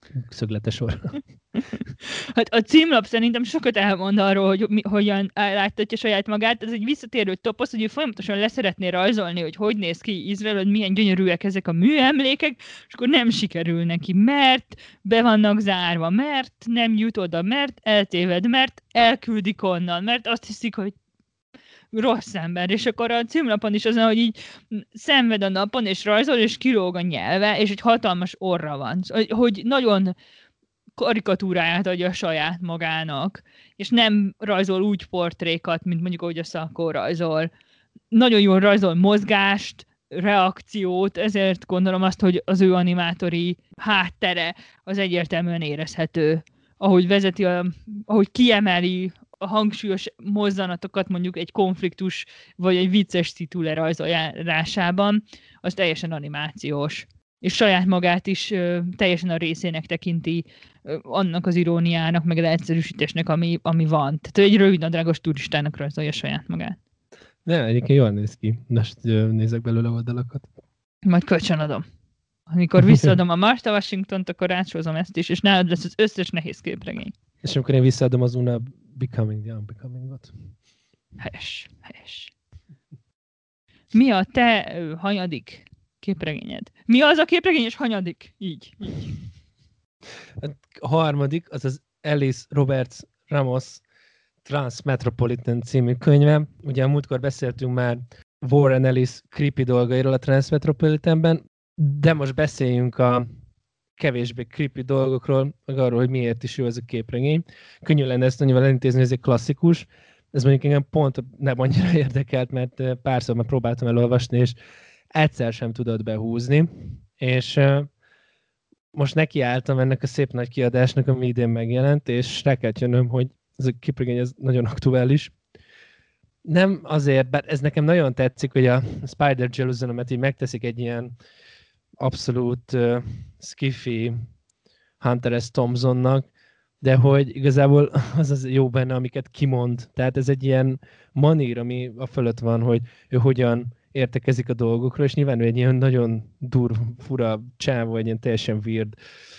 Szögletes orra. Hát a címlap szerintem sokat elmond arról, hogy mi, hogyan láttatja saját magát. Ez egy visszatérő toposz, hogy ő folyamatosan leszeretné rajzolni, hogy hogy néz ki Izrael, hogy milyen gyönyörűek ezek a műemlékek, és akkor nem sikerül neki, mert be vannak zárva, mert nem jut oda, mert eltéved, mert elküldik onnan, mert azt hiszik, hogy rossz ember, és akkor a címlapon is az, hogy így szenved a napon, és rajzol, és kilóg a nyelve, és egy hatalmas orra van. Hogy nagyon karikatúráját adja saját magának, és nem rajzol úgy portrékat, mint mondjuk ahogy a Sacco rajzol. Nagyon jól rajzol mozgást, reakciót, ezért gondolom azt, hogy az ő animátori háttere az egyértelműen érezhető. Ahogy vezeti, a, ahogy kiemeli a hangsúlyos mozzanatokat mondjuk egy konfliktus vagy egy vicces szitu lerajzolásában, az teljesen animációs. És saját magát is ö, teljesen a részének tekinti ö, annak az iróniának, meg az egyszerűsítésnek, ami, ami van. Tehát egy rövidnadrágos turistának rajzolja saját magát. Nem, egyébként jól néz ki. Most nézek belőle oldalakat. Majd kölcsönadom. Amikor visszaadom a Martha Washingtont, akkor átsózom ezt is, és nálad lesz az összes nehéz képregény. És amikor én visszaadom az Una Becoming the Unbecomingot. Helyes, helyes. Mi a te ö, hanyadik képregényed? Mi az a képregény, és hanyadik? Így, így. A harmadik, az az Alice Roberts Ramos Transmetropolitan című könyve. Ugye a múltkor beszéltünk már Warren Ellis creepy dolgairól a Transmetropolitanben, de most beszéljünk a kevésbé creepy dolgokról, meg arról, hogy miért is jó ez a képregény. Könnyű lenne ezt annyival elintézni, hogy ez egy klasszikus. Ez mondjuk engem pont nem annyira érdekelt, mert párszor már próbáltam elolvasni, és egyszer sem tudott behúzni. És most nekiálltam ennek a szép nagy kiadásnak, ami idén megjelent, és rá kell jönnöm, hogy ez a képregény ez nagyon aktuális. Nem azért, bár ez nekem nagyon tetszik, hogy a Spider Jerusalem-et így megteszik egy ilyen abszolút uh, skiffy Hunter S. Thompsonnak, de hogy igazából az az jó benne, amiket kimond. Tehát ez egy ilyen manír, ami a fölött van, hogy ő hogyan értekezik a dolgokról, és nyilván ő egy ilyen nagyon durva, fura csávó, egy ilyen teljesen weird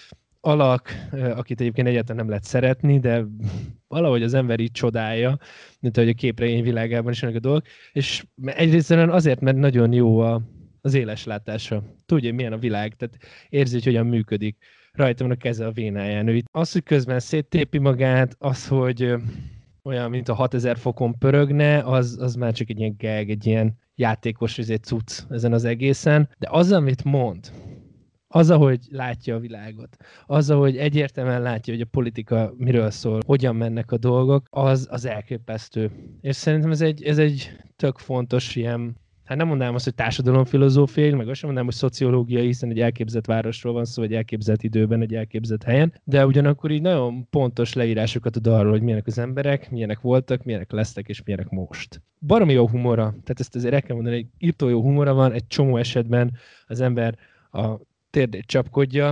alak, akit egyébként egyáltalán nem lehet szeretni, de valahogy az ember így csodálja, mint ahogy a képregény világában is vannak a dolgok, és egyrészt azért, mert nagyon jó a, az éles látása. Tudja, milyen a világ, tehát érzi, hogy hogyan működik. Rajta van a keze a vénáján. Ő az, hogy közben széttépi magát, az, hogy olyan, mint a hatezer fokon pörögne, az, az már csak egy ilyen gag, egy ilyen játékos egy cucc ezen az egészen. De az, amit mond, az, ahogy látja a világot, az, ahogy egyértelműen látja, hogy a politika miről szól, hogyan mennek a dolgok, az, az elképesztő. És szerintem ez egy, ez egy tök fontos ilyen, hát nem mondanám azt, hogy társadalomfilozófiai, meg azt sem mondanám, hogy szociológiai, hiszen egy elképzelt városról van szó, egy elképzelt időben, egy elképzelt helyen, de ugyanakkor így nagyon pontos leírásokat ad arról, hogy milyenek az emberek, milyenek voltak, milyenek lesznek, és milyenek most. Baromi jó humora, tehát ezt azért el kell mondani, egy írtó jó humora van, egy csomó esetben az ember a térdét csapkodja,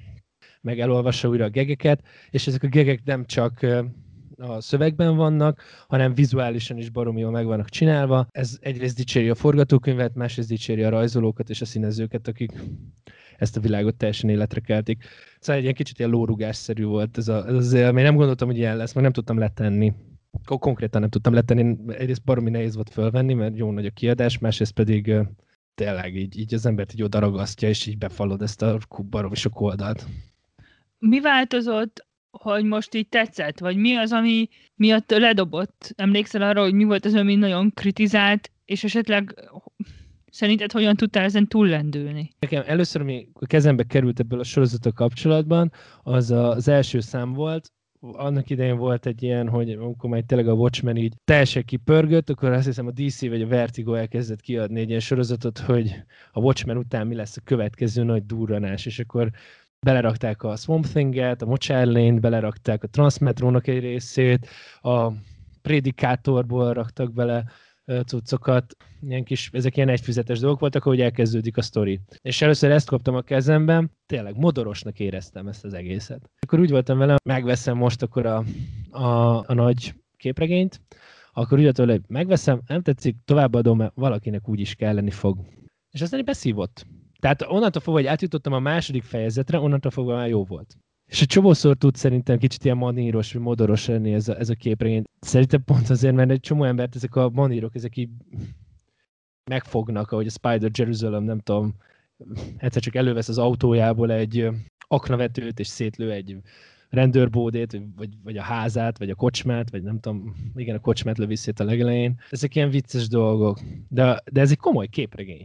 meg elolvassa újra a gegeket, és ezek a gegek nem csak a szövegben vannak, hanem vizuálisan is baromi jól meg vannak csinálva. Ez egyrészt dicséri a forgatókönyvet, másrészt dicséri a rajzolókat és a színezőket, akik ezt a világot teljesen életre keltik. Szóval egy ilyen kicsit ilyen lórugásszerű volt ez, a, ez az élmény. Nem gondoltam, hogy ilyen lesz, meg nem tudtam letenni. Konkrétan nem tudtam letenni. Egyrészt baromi nehéz volt fölvenni, mert jó nagy a kiadás, másrészt pedig tényleg így, így az embert így oda ragasztja, és így befalod ezt a baromi sok oldalt. Mi változott, hogy most így tetszett? Vagy mi az, ami miatt ledobott? Emlékszel arra, hogy mi volt az, ami nagyon kritizált, és esetleg szerinted hogyan tudtál ezen túllendülni? Nekem először, ami a kezembe került ebből a sorozatok kapcsolatban, az az első szám volt. Annak idején volt egy ilyen, hogy amikor már tényleg a Watchmen így teljesen kipörgött, akkor azt hiszem a dé cé vagy a Vertigo elkezdett kiadni egy ilyen sorozatot, hogy a Watchmen után mi lesz a következő nagy durranás, és akkor belerakták a Swamp Thing-et, a Mochár-Lane-t, belerakták a Transmetrónak egy részét, a Predikátorból raktak bele cuccokat, ilyen kis, ezek ilyen egyfüzetes dolgok voltak, ahogy elkezdődik a sztori. És először ezt kaptam a kezemben, tényleg modorosnak éreztem ezt az egészet. Akkor úgy voltam vele, megveszem most akkor a, a, a nagy képregényt, akkor úgy voltam vele, hogy megveszem, nem tetszik, továbbadom, mert valakinek úgy is kelleni fog. És aztán így beszívott. Tehát onnantól fogva, hogy átjutottam a második fejezetre, onnantól fogva már jó volt. És egy csomószor tud szerintem kicsit ilyen maníros, vagy modoros lenni ez a, ez a képregény. Szerintem pont azért, mert egy csomó embert ezek a manírok, ezek így megfognak, ahogy a Spider Jerusalem, nem tudom, egyszer csak elővesz az autójából egy aknavetőt, és szétlő egy rendőrbódét, vagy, vagy a házát, vagy a kocsmát, vagy nem tudom, igen, a kocsmát lövi szét a legelején. Ezek ilyen vicces dolgok, de, de ez egy komoly képregény.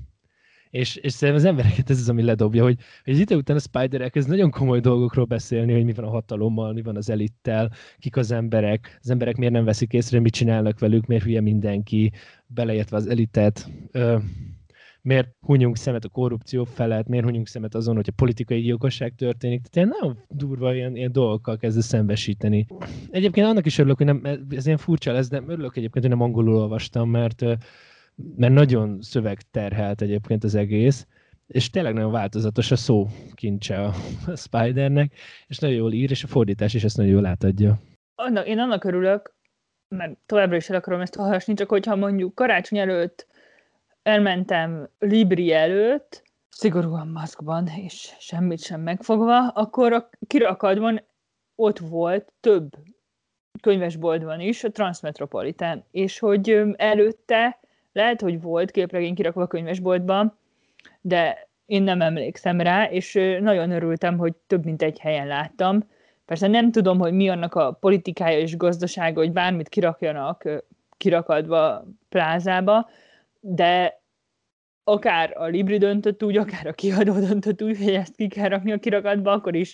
És, és szerintem az embereket ez az, ami ledobja, hogy, hogy az idő után a Spider elkezd nagyon komoly dolgokról beszélni, hogy mi van a hatalommal, mi van az elittel, kik az emberek, az emberek miért nem veszik észre, mit csinálnak velük, miért hülye mindenki, beleértve az elitet, ö, miért hunyunk szemet a korrupció felett, miért hunyunk szemet azon, hogy a politikai gyilkosság történik. Tehát ilyen nagyon durva ilyen, ilyen dolgokkal kezd szembesíteni. Egyébként annak is örülök, hogy nem, ez ilyen furcsa lesz, de örülök egyébként, hogy nem angolul olvastam, mert mert nagyon szövegterhelt egyébként az egész, és tényleg nagyon változatos a szó kincse a Spidernek, és nagyon jól ír, és a fordítás is ezt nagyon jól átadja. Annak, én annak örülök, mert továbbra is el akarom ezt olvasni, csak hogyha mondjuk karácsony előtt elmentem Libri előtt, szigorúan maszkban, és semmit sem megfogva, akkor a kirakatban ott volt több könyvesboltban is, a Transmetropolitan, és hogy előtte lehet, hogy volt képregény kirakva a könyvesboltban, de én nem emlékszem rá, és nagyon örültem, hogy több mint egy helyen láttam. Persze nem tudom, hogy mi annak a politikája és gazdasága, hogy bármit kirakjanak kirakatba, plázába, de akár a Libri döntött úgy, akár a kiadó döntött úgy, hogy ezt ki kell rakni a kirakatba, akkor is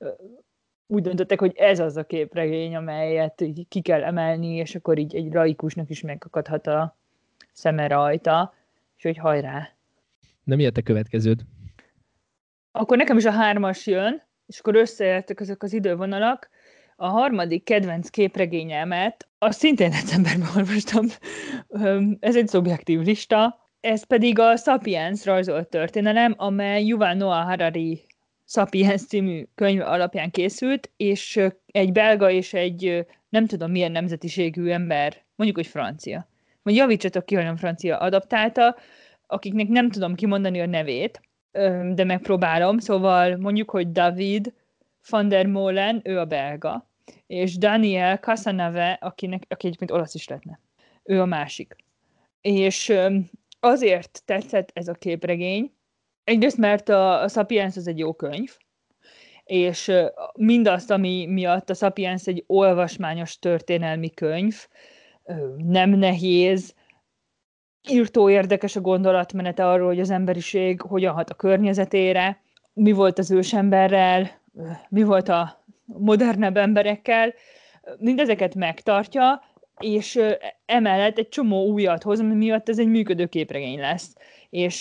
úgy döntöttek, hogy ez az a képregény, amelyet ki kell emelni, és akkor így egy laikusnak is megakadhat a szeme rajta, és hogy hajrá. Nem ilyet a következőd? Akkor nekem is a hármas jön, és akkor összeértek ezek az idővonalak. A harmadik kedvenc képregényemet, azt szintén decemberben olvastam, ez egy szubjektív lista, ez pedig a Sapiens rajzolt történelem, amely Yuval Noah Harari Sapiens című könyv alapján készült, és egy belga és egy nem tudom milyen nemzetiségű ember, mondjuk, hogy francia, vagy javítsatok ki, hogy nem francia, adaptálta, akiknek nem tudom kimondani a nevét, de megpróbálom, szóval mondjuk, hogy David van der Molen, ő a belga, és Daniel Casanave, akinek, aki egyébként olasz is lehetne, ő a másik. És azért tetszett ez a képregény, egyrészt, mert a, a Sapiens az egy jó könyv, és mindazt, ami miatt a Sapiens egy olvasmányos történelmi könyv, nem nehéz, írtó érdekes a gondolatmenete arról, hogy az emberiség hogyan hat a környezetére, mi volt az ősemberrel, mi volt a modernebb emberekkel, mindezeket megtartja, és emellett egy csomó újat hoz, ami miatt ez egy működő képregény lesz. És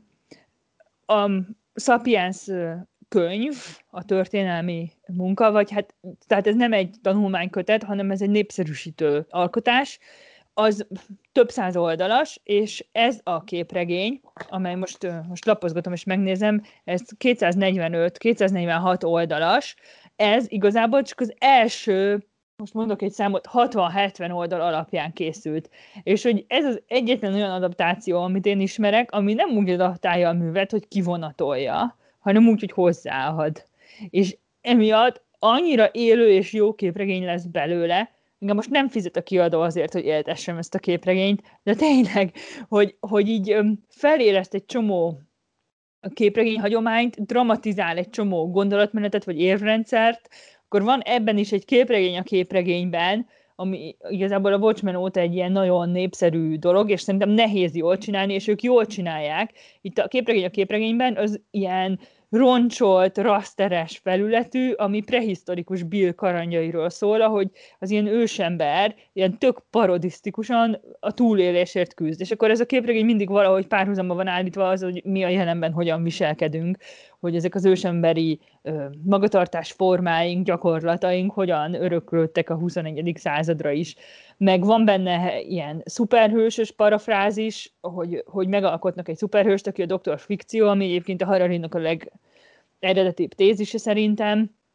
a Sapiens könyv, a történelmi munka, vagy hát, tehát ez nem egy tanulmánykötet, hanem ez egy népszerűsítő alkotás, az több száz oldalas, és ez a képregény, amely most, most lapozgatom és megnézem, ez kétszáznegyvenöt kétszáznegyvenhat oldalas, ez igazából csak az első, most mondok egy számot, hatvan-hetven oldal alapján készült. És hogy ez az egyetlen olyan adaptáció, amit én ismerek, ami nem úgy adaptálja a művet, hogy kivonatolja, hanem úgy, hogy hozzáad. És emiatt annyira élő és jó képregény lesz belőle, engem most nem fizet a kiadó azért, hogy éltessem ezt a képregényt, de tényleg, hogy, hogy így feléleszt egy csomó képregény hagyományt, dramatizál egy csomó gondolatmenetet vagy érvrendszert, akkor van ebben is egy képregény a képregényben, ami igazából a Watchmen óta egy ilyen nagyon népszerű dolog, és szerintem nehéz jól csinálni, és ők jól csinálják. Itt a képregény a képregényben az ilyen roncsolt, raszteres felületű, ami prehisztorikus Bill kalandjairól szól, ahogy az ilyen ősember ilyen tök parodisztikusan a túlélésért küzd. És akkor ez a képregény mindig valahogy párhuzamba van állítva az, hogy mi a jelenben hogyan viselkedünk, hogy ezek az ősemberi ö, magatartás formáink, gyakorlataink hogyan öröklődtek a huszonegyedik századra is. Meg van benne ilyen szuperhősös parafrázis, hogy, hogy megalkotnak egy szuperhőst, aki a doktor fikció, ami egyébként a Hararinak a legeredetibb tézise szerintem,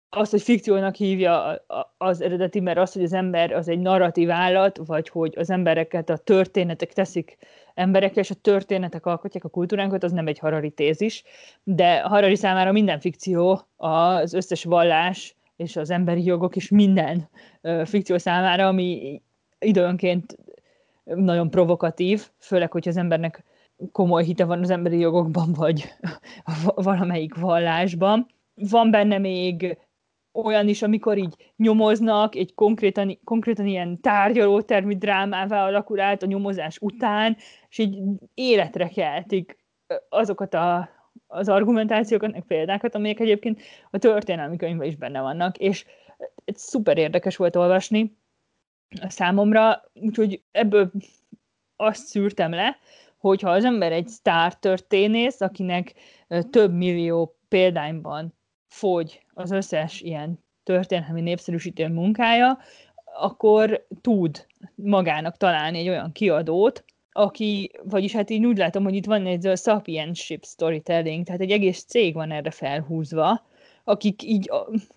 az, hogy fikciónak hívja az eredeti, mert az, hogy az ember az egy narratív állat, vagy hogy az embereket a történetek teszik emberekkel, és a történetek alkotják a kultúránkat, az nem egy Harari tézis, de Harari számára minden fikció, az összes vallás, és az emberi jogok, és minden fikció számára, ami időnként nagyon provokatív, főleg, hogy az embernek komoly hite van az emberi jogokban, vagy valamelyik vallásban. Van benne még olyan is, amikor így nyomoznak, egy konkrétan, konkrétan ilyen tárgyalótermi drámává alakul át a nyomozás után, és így életre keltik azokat a, az argumentációkat, meg példákat, amelyek egyébként a történelmi könyvben is benne vannak, és szuper érdekes volt olvasni a számomra, úgyhogy ebből azt szűrtem le, hogyha az ember egy sztártörténész, akinek több millió példányban fogy az összes ilyen történelmi népszerűsítő munkája, akkor tud magának találni egy olyan kiadót, aki, vagyis hát én úgy látom, hogy itt van egy Sapienship storytelling, tehát egy egész cég van erre felhúzva, akik így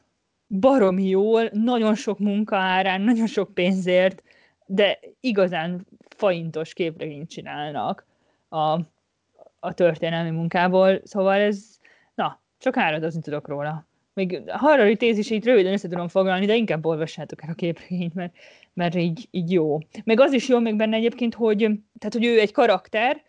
baromi jól, nagyon sok munka árán, nagyon sok pénzért, de igazán faintos képregényt csinálnak a, a történelmi munkából, szóval ez, na, csak áradozni tudok róla. Még Harari téziseit röviden össze tudom foglalni, de inkább olvassátok el a képregényt, mert, mert így, így jó. Meg az is jó még benne egyébként, hogy, tehát, hogy ő egy karakter,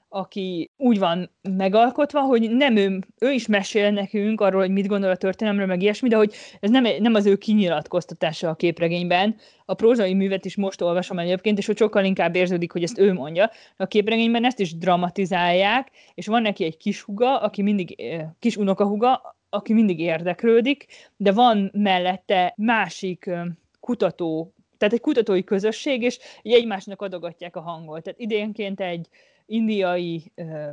aki úgy van megalkotva, hogy nem ő, ő is mesél nekünk arról, hogy mit gondol a történelemről, meg ilyesmi, de hogy ez nem, nem az ő kinyilatkoztatása a képregényben. A prózai művet is most olvasom egyébként, és hogy sokkal inkább érződik, hogy ezt ő mondja. A képregényben ezt is dramatizálják, és van neki egy kis huga, aki mindig, kis unokahuga, aki mindig érdeklődik, de van mellette másik kutató, tehát egy kutatói közösség, és így egymásnak adogatják a hangot. Tehát idénként egy indiai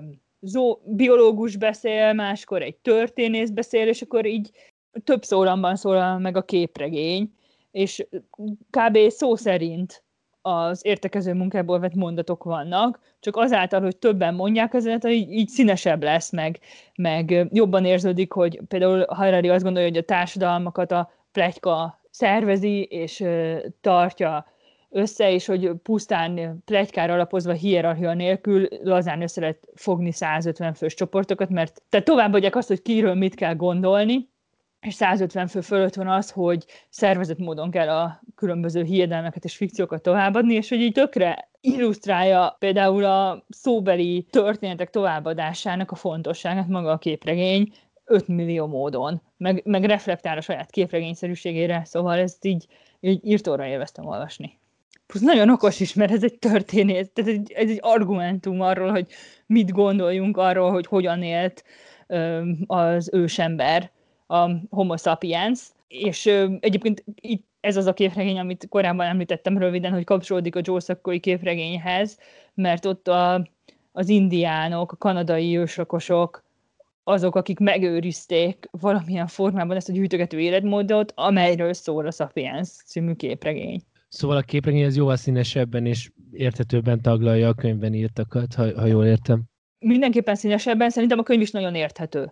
zó, biológus beszél, máskor egy történész beszél, és akkor így több szólamban szólal meg a képregény, és kb. Szó szerint az értekező munkából vett mondatok vannak, csak azáltal, hogy többen mondják, ezért így, így színesebb lesz, meg, meg jobban érződik, hogy például Harari azt gondolja, hogy a társadalmakat a pletyka szervezi, és tartja össze, és hogy pusztán pletykára alapozva hierarchia nélkül lazán össze lehet fogni százötven fős csoportokat, mert tehát továbbadják azt, hogy kiről mit kell gondolni, és százötven fő fölött van az, hogy szervezett módon kell a különböző hiedelmeket és fikciókat továbbadni, és hogy így tökre illusztrálja például a szóbeli történetek továbbadásának a fontosságát maga a képregény öt millió módon, meg, meg reflektál a saját képregényszerűségére, szóval ezt így, így írtóra élveztem olvasni. Plusz nagyon okos is, mert ez egy történet, tehát egy, ez egy argumentum arról, hogy mit gondoljunk arról, hogy hogyan élt ö, az ősember, a Homo sapiens, és ö, egyébként itt ez az a képregény, amit korábban említettem röviden, hogy kapcsolódik a Joe Saccoi képregényhez, mert ott a, az indiánok, a kanadai őslakosok, azok, akik megőrizték valamilyen formában ezt a gyűjtögető életmódot, amelyről szól a Sapiens című képregény. Szóval a képregény az jóval színesebben és érthetőbben taglalja a könyvben írtakat, ha, ha jól értem. Mindenképpen színesebben, szerintem a könyv is nagyon érthető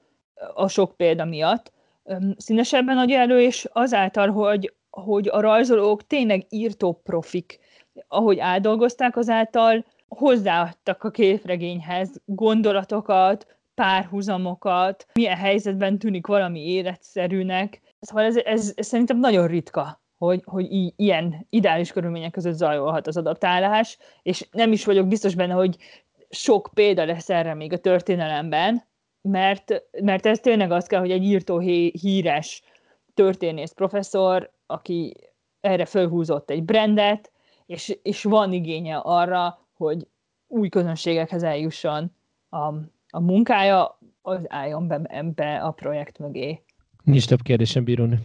a sok példa miatt. Színesebben adja elő, és azáltal, hogy, hogy a rajzolók tényleg írtó profik, ahogy átdolgozták, azáltal hozzáadtak a képregényhez gondolatokat, párhuzamokat, milyen helyzetben tűnik valami életszerűnek. Szóval ez, ez, ez szerintem nagyon ritka, hogy, hogy i- ilyen ideális körülmények között zajolhat az adaptálás, és nem is vagyok biztos benne, hogy sok példa lesz erre még a történelemben, mert, mert ez tényleg az kell, hogy egy írtó híres történész professzor, aki erre fölhúzott egy brandet, és, és van igénye arra, hogy új közönségekhez eljusson a, a munkája, az álljon be, be a projekt mögé. Nincs több kérdésem, bírónő.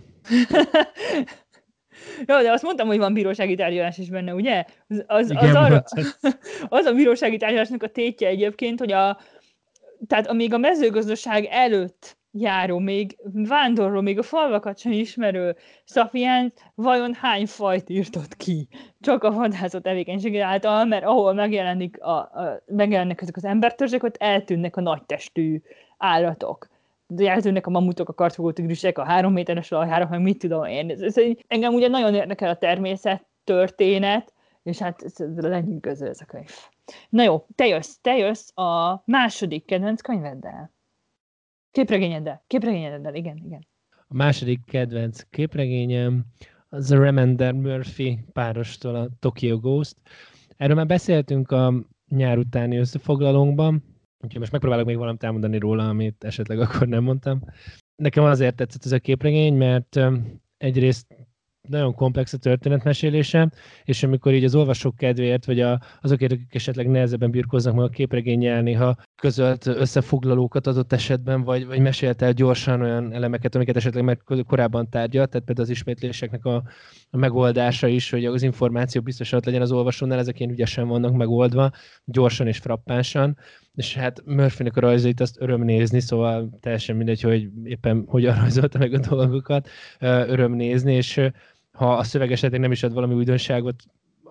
Jó, de azt mondtam, hogy van bírósági tárgyalás is benne, ugye? Az, az, Igen, az, arra, az a bírósági tárgyalásnak a tétje egyébként, hogy a, tehát amíg a mezőgazdaság előtt járó, még vándorló, még a falvakat sem ismerő Sapiens vajon hány fajt írtott ki? Csak a vadászat tevékenysége által, mert ahol megjelenik a, a, megjelennek ezek az embertörzsek, ott eltűnnek a nagytestű állatok. eltűnnek a mamutok, a kartfogó tigrisek, a három méteres aljárak, meg mit tudom én. Ez, ez, ez, engem ugye nagyon érdekel a természet történet, és hát ez, ez lenyűgöző ez a könyv. Na jó, te jössz, te jössz a második kedvenc könyveddel. Képregényeddel, képregényeddel, igen, igen. A második kedvenc képregényem az a Remender Murphy párostól a Tokyo Ghost. Erről már beszéltünk a nyár utáni összefoglalónkban, úgyhogy most megpróbálok még valamit elmondani róla, amit esetleg akkor nem mondtam. Nekem azért tetszett ez a képregény, mert egyrészt nagyon komplex a történetmesélése, és amikor így az olvasók kedvéért, vagy a, azokért, akik esetleg nehezebben birkóznak meg a képregénnyel, néha közölt összefoglalókat adott esetben, vagy, vagy mesélt el gyorsan olyan elemeket, amiket esetleg már korábban tárgyalt, tehát például az ismétléseknek a, a megoldása is, hogy az információ biztos ott legyen az olvasónál, ezek ilyen ügyesen vannak megoldva, gyorsan és frappánsan, és hát Murphynek a rajzait azt öröm nézni, szóval teljesen mindegy, hogy éppen hogyan rajzolta meg a dolgokat, öröm nézni, és ha a szöveg esetleg nem is ad valami újdonságot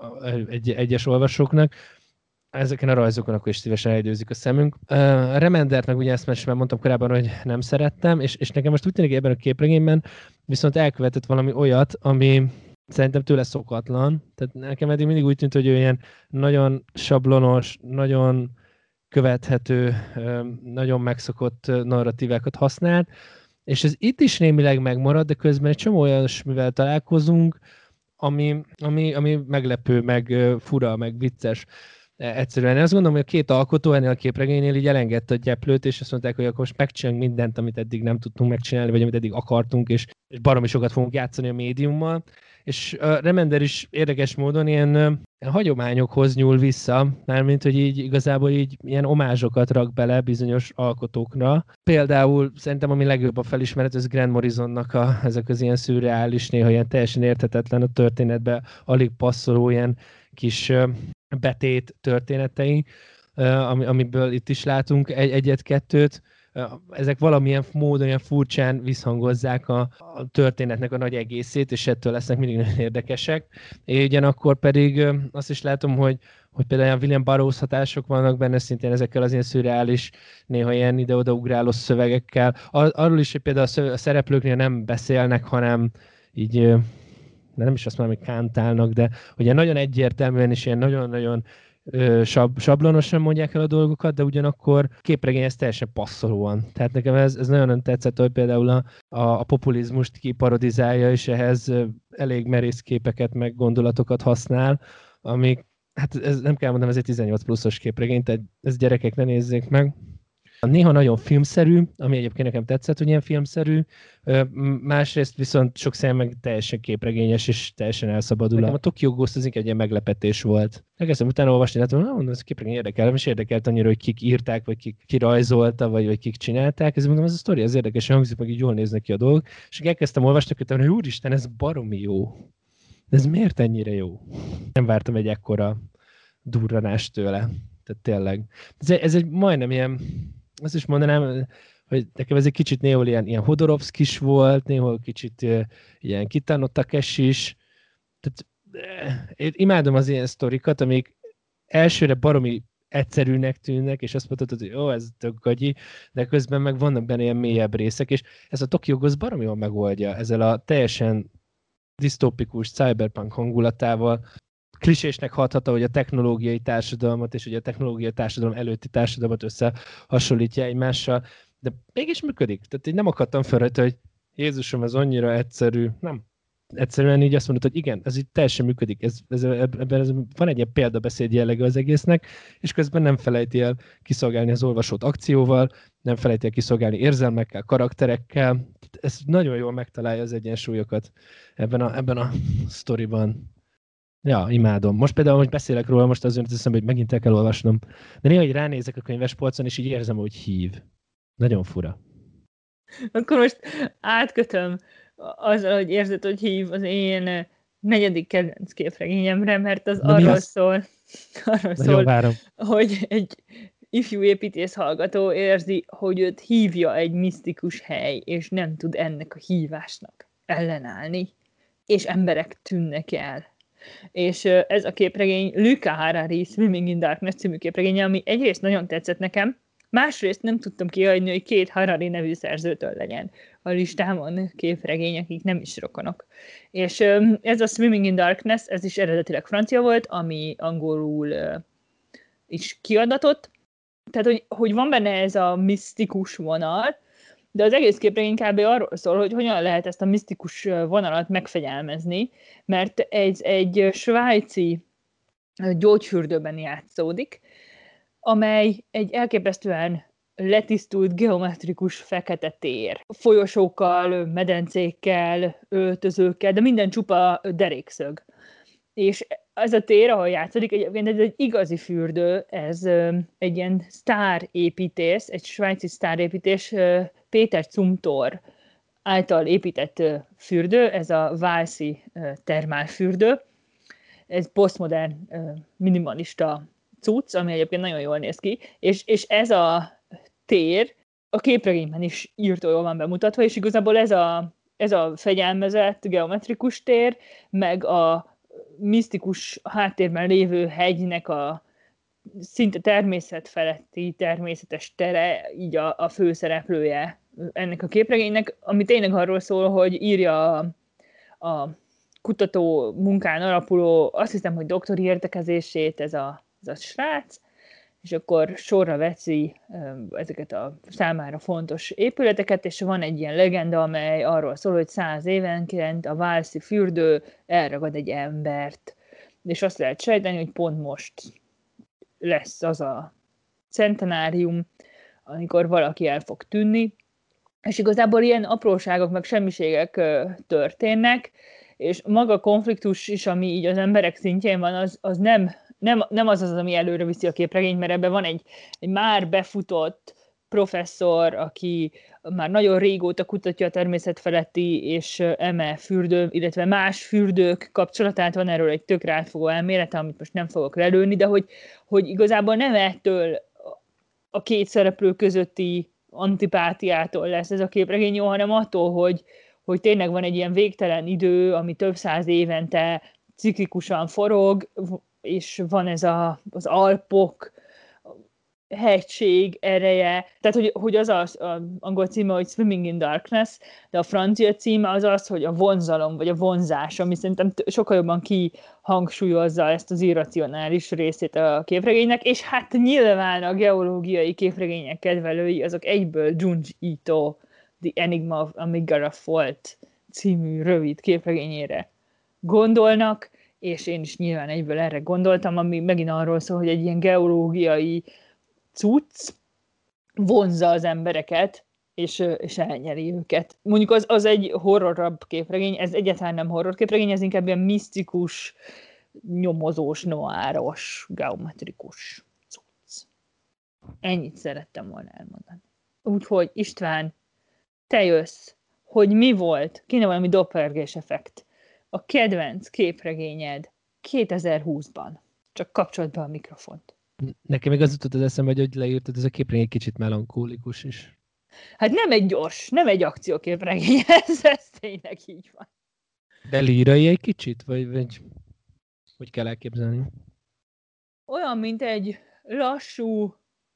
egy, egyes olvasóknak, ezeken a rajzokon akkor is szívesen eldőzik a szemünk. A Remendert meg ugye ezt már mondtam korábban, hogy nem szerettem, és, és nekem most úgy tűnik ebben a képregényben viszont elkövetett valami olyat, ami szerintem tőle szokatlan. Tehát nekem eddig mindig úgy tűnt, hogy ő ilyen nagyon sablonos, nagyon követhető, nagyon megszokott narratívákat használt, és ez itt is némileg megmarad, de közben egy csomó olyasmivel találkozunk, ami, ami, ami meglepő, meg fura, meg vicces. Egyszerűen én azt gondolom, hogy a két alkotó ennél a képregénynél így elengedte a gyeplőt, és azt mondták, hogy akkor most megcsinálunk mindent, amit eddig nem tudtunk megcsinálni, vagy amit eddig akartunk, és, és baromi sokat fogunk játszani a médiummal. És a Remender is érdekes módon ilyen, ilyen hagyományokhoz nyúl vissza, mármint, hogy így igazából így ilyen omázsokat rak bele bizonyos alkotókra. Például szerintem ami legjobb a felismeret, az Grant Morrisonnak a, ezek az ilyen szürreális, néha ilyen teljesen érthetetlen a történetbe, alig passzoló ilyen kis betét történetei, amiből itt is látunk egy, egyet-kettőt. Ezek valamilyen módon, olyan furcsán visszhangozzák a, a történetnek a nagy egészét, és ettől lesznek mindig nagyon érdekesek. És ugyanakkor pedig azt is látom, hogy, hogy például William Burroughs hatások vannak benne, szintén ezekkel az ilyen szürreális, néha ilyen ide-oda ugráló szövegekkel. Ar- arról is, hogy például a szereplőknél nem beszélnek, hanem így, de nem is azt mondom, hogy kántálnak, de ugye nagyon egyértelműen és ilyen nagyon-nagyon Sab, sablonosan mondják el a dolgokat, de ugyanakkor képregény ez teljesen passzolóan. Tehát nekem ez, ez nagyon tetszett, hogy például a, a, a populizmust kiparodizálja, és ehhez elég merész képeket, meg gondolatokat használ, amik, hát ez nem kell mondanom, ez egy tizennyolc pluszos képregény, tehát ezt gyerekek ne nézzék meg. Néha nagyon filmszerű, ami egyébként nekem tetszett, hogy ilyen filmszerű, másrészt viszont sok szem meg teljesen képregényes és teljesen elszabadul. Nekem a Tokyo Ghost az inkább egy ilyen meglepetés volt. Elkezdtem utána olvasni, hát mondom, ez a képregény érdekel, és érdekelt annyira, hogy kik írták, vagy kik kirajzolta, vagy, vagy kik csinálták. Ez mondom, ez a sztori, ez érdekes, hangzik, meg így jól néznek ki a dolgok. És elkezdtem olvasni, hogy úristen, ez baromi jó. Ez miért ennyire jó? Nem vártam egy ekkora durranást tőle. Tehát tényleg. Ez egy, ez egy majdnem ilyen, azt is mondanám, hogy nekem ez egy kicsit néhol ilyen, ilyen Hodorovszkis volt, néhol kicsit uh, ilyen Kitano Takeshi is. Tehát uh, én imádom az ilyen sztorikat, amik elsőre baromi egyszerűnek tűnnek, és azt mondhatod, hogy ó, ez tök gagyi, de közben meg vannak benne ilyen mélyebb részek, és ez a Tokyo Ghost baromi jól megoldja ezzel a teljesen disztópikus cyberpunk hangulatával. Klisésnek hathat, hogy a technológiai társadalmat és ugye a technológiai társadalom előtti társadalmat összehasonlítja egymással, de mégis működik. Tehát én nem akadtam fel rajta, hogy Jézusom, ez annyira egyszerű. Nem. Egyszerűen így azt mondod, hogy igen, ez így teljesen működik. Ez, ez, ebben ez, van egy ilyen példabeszéd jellege az egésznek, és közben nem felejti el kiszolgálni az olvasót akcióval, nem felejti el kiszolgálni érzelmekkel, karakterekkel. Ez nagyon jól megtalálja az egyensúlyokat ebben a, ebben a sztoriban. Ja, imádom. Most például, hogy beszélek róla, most az jön eszembe, hogy megint el kell olvasnom. De néha, hogy ránézek a könyvespolcon, és így érzem, hogy hív. Nagyon fura. Akkor most átkötöm azzal, hogy érzed, hogy hív az én negyedik kedvenc képregényemre, mert az Na, arról szól, arról szól hogy egy ifjú építész hallgató érzi, hogy őt hívja egy misztikus hely, és nem tud ennek a hívásnak ellenállni, és emberek tűnnek el. És ez a képregény Luca Harari Swimming in Darkness című képregénye, ami egyrészt nagyon tetszett nekem, Másrészt nem tudtam kihagyni, hogy két Harari nevű szerzőtől legyen a listámon képregény, akik nem is rokonok. És ez a Swimming in Darkness, ez is eredetileg francia volt, ami angolul is kiadatott. Tehát, hogy, hogy van benne ez a misztikus vonal, de az egész képregény kb. Arról szól, hogy hogyan lehet ezt a misztikus vonalat megfegyelmezni, mert ez egy svájci gyógyfürdőben játszódik, amely egy elképesztően letisztult geometrikus fekete tér. Folyosókkal, medencékkel, öltözőkkel, de minden csupa derékszög. És ez a tér, ahol játszódik, egyébként ez egy igazi fürdő, ez egy ilyen sztárépítés, egy svájci sztárépítés, Péter Zumthor által épített fürdő, ez a Walsi termálfürdő. Ez posztmodern, minimalista cucc, ami egyébként nagyon jól néz ki, és, és ez a tér a képregényben is írtó jól van bemutatva, és igazából ez a, ez a fegyelmezett geometrikus tér, meg a misztikus háttérben lévő hegynek a szinte természetfeletti, természetes tere, így a, a főszereplője ennek a képregénynek, ami tényleg arról szól, hogy írja a, a kutató munkán alapuló, azt hiszem, hogy doktori értekezését ez a, ez a srác, és akkor sorra veszi ezeket a számára fontos épületeket, és van egy ilyen legenda, amely arról szól, hogy száz évenként a Walsi fürdő elragad egy embert, és azt lehet sejteni, hogy pont most lesz az a centenárium, amikor valaki el fog tűnni, és igazából ilyen apróságok, meg semmiségek történnek, és maga a konfliktus is, ami így az emberek szintjén van, az, az nem, nem, nem az az, ami előre viszi a képregényt, mert ebben van egy, egy már befutott professzor, aki már nagyon régóta kutatja a természetfeletti és eme fürdő, illetve más fürdők kapcsolatát, van erről egy tök rátfogó elmélete, amit most nem fogok lelőni, de hogy, hogy igazából nem ettől a két szereplő közötti antipátiától lesz ez a képregény jó, hanem attól, hogy, hogy tényleg van egy ilyen végtelen idő, ami több száz évente ciklikusan forog, és van ez a, az Alpok, hegység ereje, tehát hogy, hogy az az az angol címe, hogy Swimming in Darkness, de a francia címe az az, hogy a vonzalom, vagy a vonzás, ami szerintem sokkal jobban kihangsúlyozza ezt az irracionális részét a képregénynek, és hát nyilván a geológiai képregények kedvelői, azok egyből Junji Ito, The Enigma of Amigara Fault című rövid képregényére gondolnak, és én is nyilván egyből erre gondoltam, ami megint arról szól, hogy egy ilyen geológiai cucc vonzza az embereket, és, és elnyeri őket. Mondjuk az, az egy horrorabb képregény, ez egyáltalán nem horror képregény, ez inkább ilyen misztikus, nyomozós, noáros, geometrikus cucc. Ennyit szerettem volna elmondani. Úgyhogy István, te jössz, hogy mi volt, kéne valami doppelgés effekt, a kedvenc képregényed kétezer-húszban. Csak kapcsolt be a mikrofont. Nekem még az jutott az eszembe, hogy leírtad, ez a képregény egy kicsit melankólikus is. Hát nem egy gyors, nem egy akcióképregény, ez, ez tényleg így van. De lírai egy kicsit? Vagy, vagy hogy kell elképzelni? Olyan, mint egy lassú,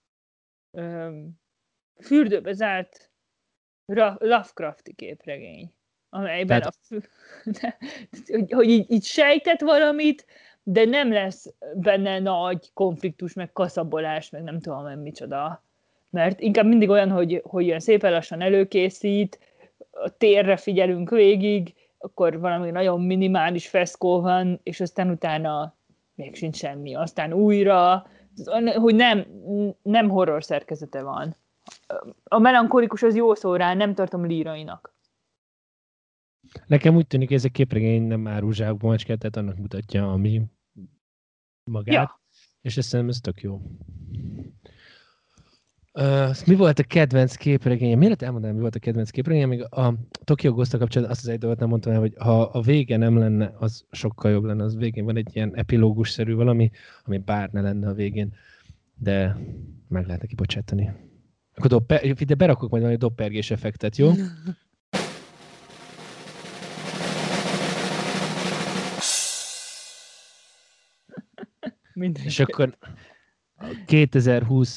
öm, fürdőbe zárt Ra- Lovecrafti képregény, amelyben Tehát... a fü- hogy, hogy így, így sejtett valamit, de nem lesz benne nagy konfliktus, meg kaszabolás, meg nem tudom, nem micsoda. Mert inkább mindig olyan, hogy, hogy ilyen szépen lassan előkészít, a térre figyelünk végig, akkor valami nagyon minimális feszkó van, és aztán utána még sincs semmi. Aztán újra, hogy nem, nem horror szerkezete van. A melankolikus az jó szó rá, nem tartom lírainak. Nekem úgy tűnik, hogy ez a képregény nem árul zsákba macskát, tehát annak mutatja, ami magát, ja. És ezt szerintem ez tök jó. Uh, mi volt a kedvenc képregényem? Miért elmondanám, mi volt a kedvenc képregényem? Még a Tokyo Ghost-tal kapcsolatban azt az egy dolgot nem mondtam el, hogy ha a vége nem lenne, az sokkal jobb lenne. Az végén van egy ilyen epilógusszerű valami, ami bár ne lenne a végén, de meg lehet neki bocsátani. Akkor dopper, ide berakok majd valami doppergés effektet, jó? Mindenki. És akkor kétezer-húsz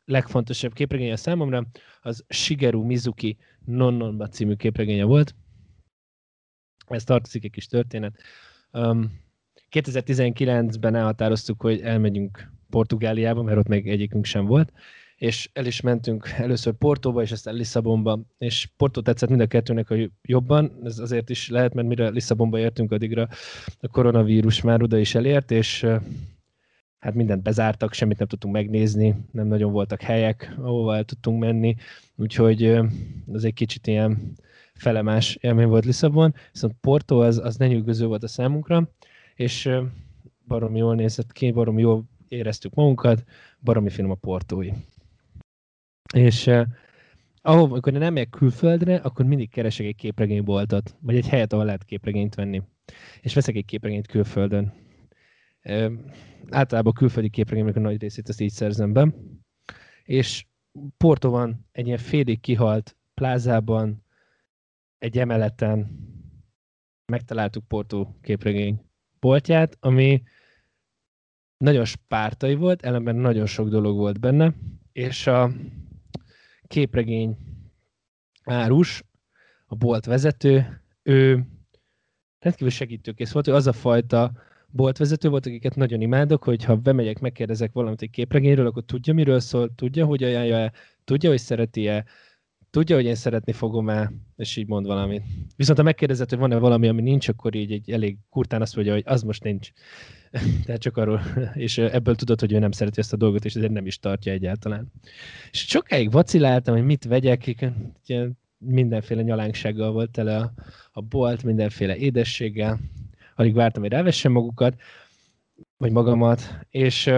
legfontosabb képregénye számomra, az Shigeru Mizuki Nonnonba című képregénye volt. Ez tartozik egy kis történet. Um, kétezer-tizenkilencben elhatároztuk, hogy elmegyünk Portugáliába, mert ott még egyikünk sem volt, és el is mentünk először Portóba, és aztán Lisszabonba, és Portó tetszett mind a kettőnek a jobban, ez azért is lehet, mert mire Lisszabonba értünk, addigra a koronavírus már oda is elért, és hát mindent bezártak, semmit nem tudtunk megnézni, nem nagyon voltak helyek, ahova el tudtunk menni, úgyhogy ez egy kicsit ilyen felemás élmény volt Lisszabon, viszont Porto az, az lenyűgöző volt a számunkra, és baromi jól nézett ki, baromi jól éreztük magunkat, baromi finom a portói. És eh, ahol, amikor nem megyek külföldre, akkor mindig keresek egy képregényboltot, vagy egy helyet, ahol lehet képregényt venni. És veszek egy képregényt külföldön. Eh, általában a külföldi képregények a nagy részét azt így szerzem be. És Porto van egy ilyen félig kihalt plázában, egy emeleten megtaláltuk Porto képregény boltját, ami nagyon spártai volt, ellenben nagyon sok dolog volt benne, és a képregény árus, a bolt vezető, ő rendkívül segítőkész volt, ő az a fajta boltvezető volt, akiket nagyon imádok, hogy ha bemegyek, megkérdezek valamit egy képregényről, akkor tudja, miről szól, tudja, hogy ajánlja-e, tudja, hogy szereti-e, tudja, hogy én szeretni fogom el, és így mond valamit. Viszont ha megkérdezed, hogy van-e valami, ami nincs, akkor így egy elég kurtán azt mondja, hogy az most nincs. Tehát csak arról, és ebből tudod, hogy ő nem szereti ezt a dolgot, és ezért nem is tartja egyáltalán. És sokáig vaciláltam, hogy mit vegyek, mindenféle nyalánksággal volt tele a, a bolt, mindenféle édességgel, alig vártam, hogy rávessem magukat, vagy magamat, és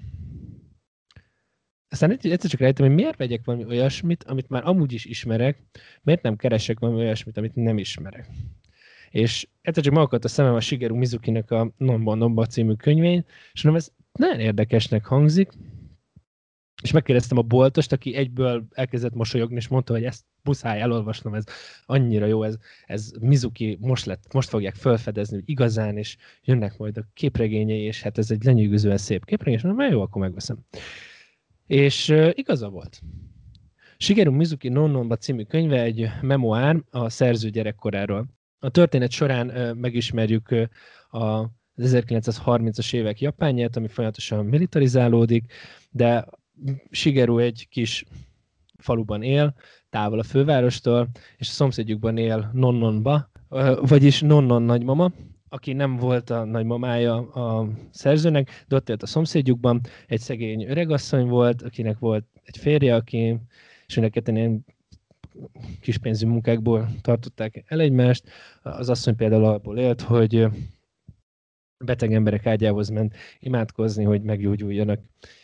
aztán egyszer csak rájöttem, hogy miért vegyek valami olyasmit, amit már amúgy is ismerek, miért nem keresek valami olyasmit, amit nem ismerek. És egyszer csak megakadt a szemem a Shigeru Mizukinek a Nonba Nonba című könyvén, és mondom, ez nagyon érdekesnek hangzik, és megkérdeztem a boltost, aki egyből elkezdett mosolyogni, és mondta, hogy ezt muszáj elolvasnom, ez annyira jó, ez, ez Mizuki most, lett, most fogják felfedezni, hogy igazán, és jönnek majd a képregényei, és hát ez egy lenyűgözően szép képregény, és mondom, jó, akkor megveszem. És uh, igaza volt. Shigeru Mizuki Nonnonba című könyve egy memoár a szerző gyerekkoráról. A történet során uh, megismerjük uh, az ezerkilencszázharmincas évek Japánját, ami folyamatosan militarizálódik, de Shigeru egy kis faluban él, távol a fővárostól, és a szomszédjukban él Nonnonba, uh, vagyis Nonnon nagymama, aki nem volt a nagymamája a szerzőnek, de ott élt a szomszédjukban, egy szegény öregasszony volt, akinek volt egy férje, aki, és mindenketten ilyen kispénzű munkákból tartották el egymást. Az asszony például abból élt, hogy beteg emberek ágyához ment imádkozni, hogy meggyógyuljanak.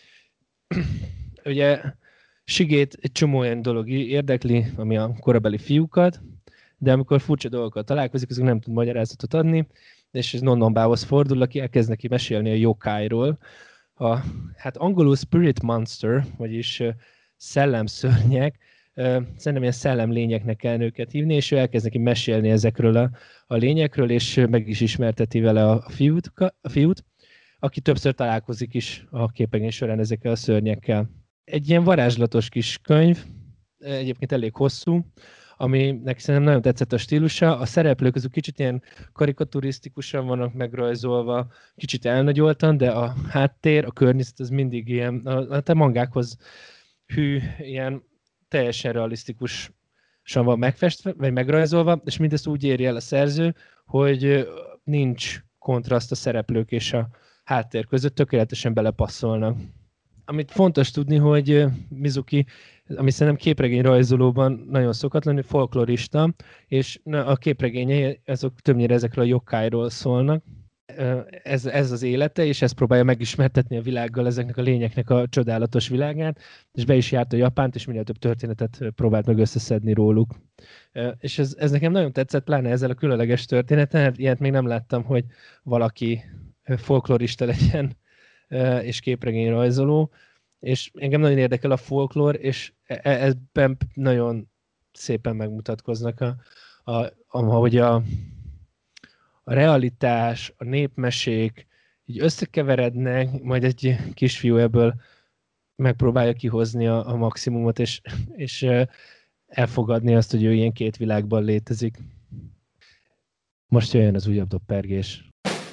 Ugye Shigét egy csomó olyan dolog érdekli, ami a korabeli fiúkat, de amikor furcsa dolgokkal találkozik, azok nem tud magyarázatot adni, és ez Nonnonbához fordul, aki elkezd neki mesélni a yokáiról. A, hát angolul spirit monster, vagyis szellemszörnyek, szerintem ilyen szellemlényeknek kell őket hívni, és ő elkezd neki mesélni ezekről a, a lényekről, és meg is ismerteti vele a fiút, a fiút, aki többször találkozik is a képregény során ezekkel a szörnyekkel. Egy ilyen varázslatos kis könyv, egyébként elég hosszú, aminek szerintem nagyon tetszett a stílusa. A szereplők azok kicsit ilyen karikaturisztikusan vannak megrajzolva, kicsit elnagyoltan, de a háttér, a környezet az mindig ilyen, a, a te mangákhoz hű, ilyen teljesen realisztikusan van megfestve, vagy megrajzolva, és mindezt úgy éri el a szerző, hogy nincs kontraszt a szereplők és a háttér között, tökéletesen belepasszolnak. Amit fontos tudni, hogy Mizuki, ami szerintem képregényrajzolóban nagyon szokatlan, folklorista, és a képregényei azok többnyire ezekről a yokáiról szólnak. Ez, ez az élete, és ezt próbálja megismertetni a világgal, ezeknek a lényeknek a csodálatos világát, és be is járt a Japánt, és minél több történetet próbált meg összeszedni róluk. És ez, ez nekem nagyon tetszett, pláne ezzel a különleges történeten, hát ilyet még nem láttam, hogy valaki folklorista legyen, és képregényrajzoló, és engem nagyon érdekel a folklór, és ebben nagyon szépen megmutatkoznak, a, a, ahogy a, a realitás, a népmesék így összekeverednek, majd egy kisfiú ebből megpróbálja kihozni a, a maximumot, és, és elfogadni azt, hogy ő ilyen két világban létezik. Most jöjjön az újabb doppergés.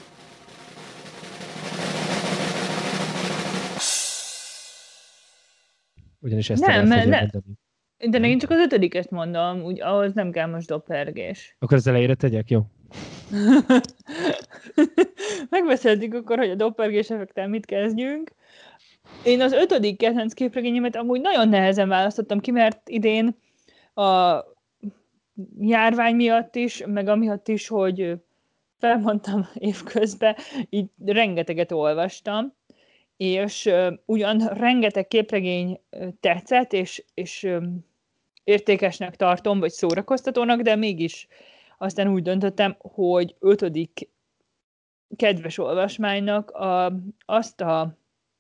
Ugyanis ezt nem, el fogja ne, mondani. De én csak az ötödiket mondom, úgy ahhoz nem kell most doppergés. Akkor az elejére tegyek, jó? Megbeszéltük akkor, hogy a doppergés effektel mit kezdjünk. Én az ötödik kedvenc képregényemet amúgy nagyon nehezen választottam ki, mert idén a járvány miatt is, meg amiatt is, hogy felmondtam évközben, így rengeteget olvastam, és uh, ugyan rengeteg képregény tetszett, és, és um, értékesnek tartom, vagy szórakoztatónak, de mégis aztán úgy döntöttem, hogy ötödik kedves olvasmánynak a, azt a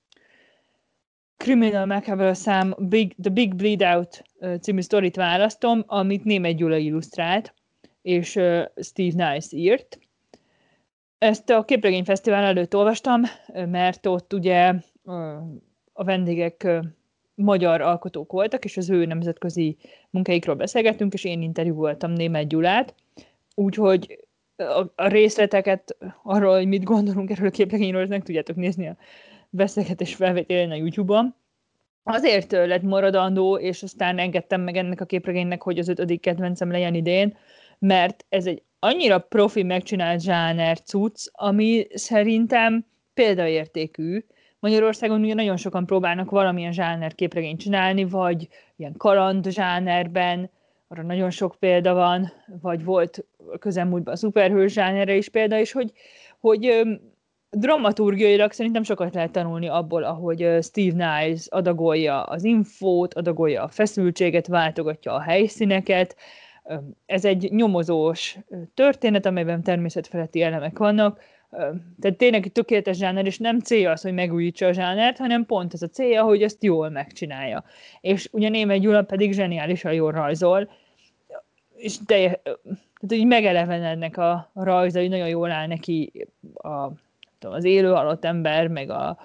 Criminal Macabre szám Big, The Big Bleed Out című sztorit választom, amit Németh Gyula illusztrált, és uh, Steve Nice írt. Ezt a Képregényfesztivál előtt olvastam, mert ott ugye a vendégek magyar alkotók voltak, és az ő nemzetközi munkáikról beszélgettünk, és én interjúvoltam Németh Gyulát, úgyhogy a részleteket arról, hogy mit gondolunk erről a képregényről, meg tudjátok nézni a beszélgetés felvételén a YouTube-on. Azért lett maradandó, és aztán engedtem meg ennek a képregénynek, hogy az ötödik kedvencem legyen idén, mert ez egy annyira profi megcsinált zsáner cucc, ami szerintem példaértékű. Magyarországon ugye nagyon sokan próbálnak valamilyen zsáner képregényt csinálni, vagy ilyen kaland zsánerben, arra nagyon sok példa van, vagy volt közelmúltban a szuperhős zsánerre is példa, és hogy, hogy dramaturgiailag szerintem sokat lehet tanulni abból, ahogy Steve Nice adagolja az infót, adagolja a feszültséget, váltogatja a helyszíneket. Ez egy nyomozós történet, amelyben természetfeletti elemek vannak. Tehát tényleg egy tökéletes zsáner, és nem célja az, hogy megújítsa a zsánert, hanem pont ez a célja, hogy ezt jól megcsinálja. És ugye Németh Gyula pedig zseniálisan jól rajzol, és de, tehát így megelevenednek a rajzai, nagyon jól áll neki a, az élő halott ember, meg a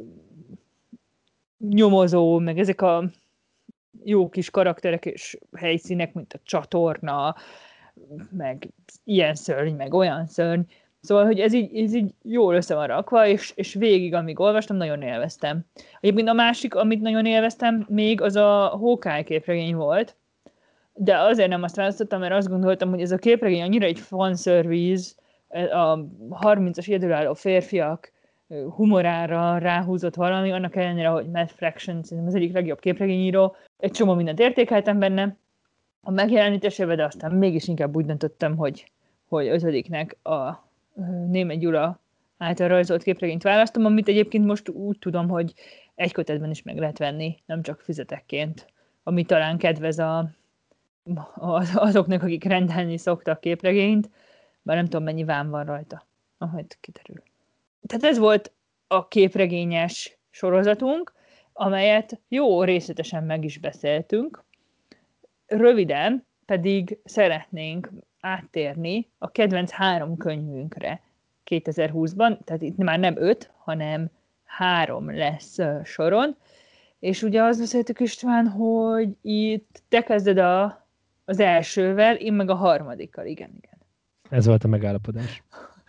nyomozó, meg ezek a jó kis karakterek és helyszínek, mint a csatorna, meg ilyen szörny, meg olyan szörny. Szóval, hogy ez így, ez így jól össze van rakva, és, és végig, amíg olvastam, nagyon élveztem. Egyébként a másik, amit nagyon élveztem még, az a Hawkeye képregény volt, de azért nem azt választottam, mert azt gondoltam, hogy ez a képregény annyira egy fanservice, a harmincas egyedülálló férfiak humorára ráhúzott valami, annak ellenére, hogy Matt Fraction az egyik legjobb képregényíró, egy csomó mindent értékeltem benne a megjelenítésében, de aztán mégis inkább úgy döntöttem, hogy, hogy ötödiknek a Németh Gyula által rajzolt képregényt választom, amit egyébként most úgy tudom, hogy egy kötetben is meg lehet venni, nem csak füzetekként, ami talán kedvez a, az, azoknak, akik rendelni szoktak képregényt, bár nem tudom, mennyi vám van rajta. Ahogy kiderül. Tehát ez volt a képregényes sorozatunk, amelyet jó részletesen meg is beszéltünk. Röviden pedig szeretnénk áttérni a kedvenc három könyvünkre kétezer-húszban, tehát itt már nem öt, hanem három lesz soron. És ugye azt beszéltük, István, hogy itt te kezded a, az elsővel, én meg a harmadikkal, igen, igen. Ez volt a megállapodás.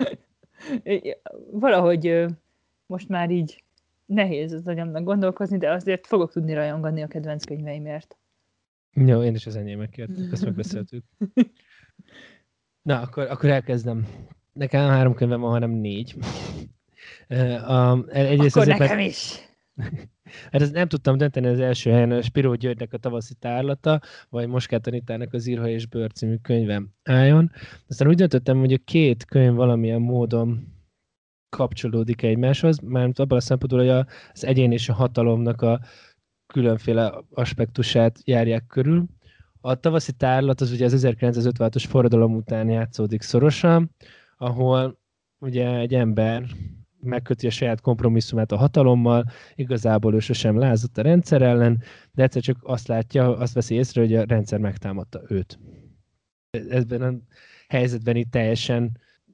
Valahogy most már így nehéz az agyamnak gondolkozni, de azért fogok tudni rajongani a kedvenc könyveimért. Jó, én is az enyémek kértük, ezt megbeszéltük. Na, akkor, akkor elkezdem. Nekem három könyvem van, hanem négy. A, egyrészt akkor nekem mert... is! Hát ezt nem tudtam dönteni az első helyen, a Spiró Györgynek a Tavaszi tárlata, vagy Moskát Anitának az Írha és Bőr című könyvem álljon. Aztán úgy döntöttem, hogy a két könyv valamilyen módon kapcsolódik egymáshoz, mert abban a szempontból, hogy az egyén és a hatalomnak a különféle aspektusát járják körül. A Tavaszi tárlat az ugye az ezerkilencszázötvenhatos forradalom után játszódik szorosan, ahol ugye egy ember megköti a saját kompromisszumát a hatalommal, igazából ő sosem lázadt a rendszer ellen, de egyszer csak azt látja, azt veszi észre, hogy a rendszer megtámadta őt. Ebben a helyzetben itt teljesen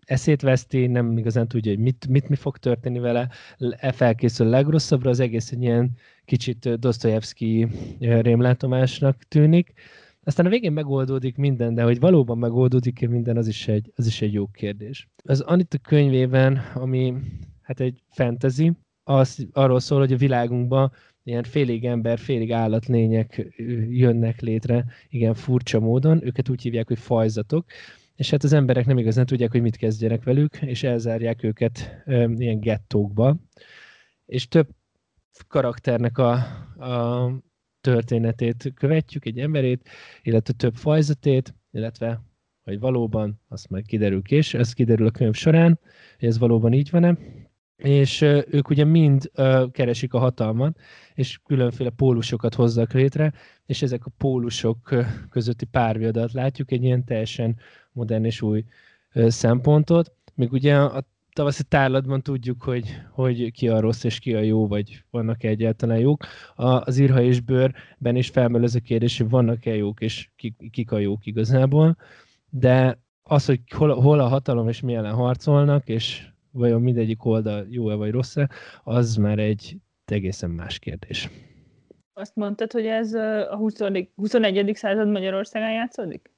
eszét veszti, nem igazán tudja, hogy mit, mit mi fog történni vele, felkészül a legrosszabbra, az egész egy ilyen kicsit Dostoyevsky rémlátomásnak tűnik. Aztán a végén megoldódik minden, de hogy valóban megoldódik-e minden, az is egy, az is egy jó kérdés. Az Anita könyvében, ami hát egy fantasy, az arról szól, hogy a világunkban ilyen félig ember, félig állatlények jönnek létre, igen furcsa módon, őket úgy hívják, hogy fajzatok, és hát az emberek nem igazán tudják, hogy mit kezdjenek velük, és elzárják őket e, ilyen gettókba. És több karakternek a, a történetét követjük, egy emberét, illetve több fajzatét, illetve, hogy valóban, azt majd kiderül később, ez kiderül a könyv során, hogy ez valóban így van-e. És uh, ők ugye mind uh, keresik a hatalmat, és különféle pólusokat hozzak létre, és ezek a pólusok uh, közötti párviadat látjuk, egy ilyen teljesen modern és új uh, szempontot. Még ugye a tavaszi tárlatban tudjuk, hogy, hogy ki a rossz és ki a jó, vagy vannak-e egyáltalán jók. A, az Irha és Bőrben is felmerül ez a kérdés, hogy vannak-e jók, és kik, kik a jók igazából. De az, hogy hol, hol a hatalom és mi ellen harcolnak, és vajon mindegyik oldal jó-e vagy rossz-e, az már egy egészen más kérdés. Azt mondtad, hogy ez a huszonegyedik század Magyarországán játszódik?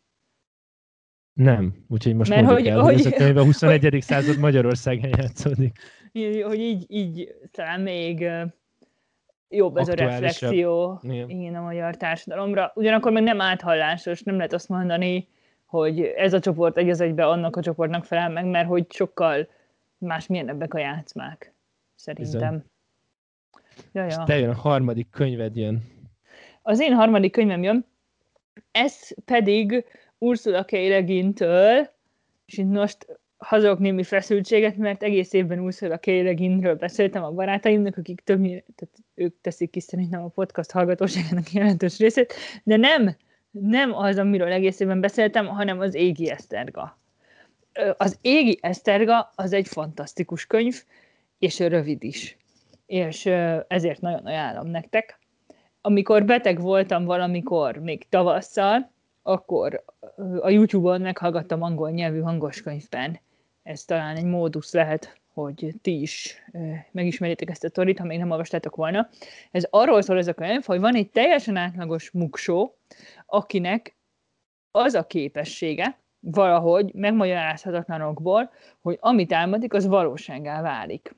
Nem, úgyhogy most Mert mondjuk hogy, el, hogy, hogy ez a könyv a huszonegyedik hogy, század Magyarországán játszódik. Hogy így, így talán még jobb ez a reflexió igen, a magyar társadalomra. Ugyanakkor meg nem áthallásos, nem lehet azt mondani, hogy ez a csoport egy az egybe annak a csoportnak felel meg, mert hogy sokkal másmilyenebbek a játszmák, szerintem. Ja, ja. És te jön, a harmadik könyved jön. Az én harmadik könyvem jön, ez pedig Ursula K. Le Guin-től, és itt most hazok némi feszültséget, mert egész évben Ursula K. Le Guinről beszéltem a barátaimnak, akik többnyire, tehát ők teszik ki szerintem a podcast hallgatóságának jelentős részét, de nem, nem az, amiről egész évben beszéltem, hanem az Égi Eszterga. Az Égi Eszterga az egy fantasztikus könyv, és rövid is. És ezért nagyon ajánlom nektek. Amikor beteg voltam valamikor, még tavasszal, akkor a YouTube-on meghallgattam angol nyelvű hangoskönyvben. Ez talán egy módusz lehet, hogy ti is megismerjétek ezt a sztorit, ha még nem olvastátok volna. Ez arról szól ez a könyv, hogy van egy teljesen átlagos muksó, akinek az a képessége, valahogy megmagyarázhatatlanokból, hogy amit álmodik, az valósággá válik.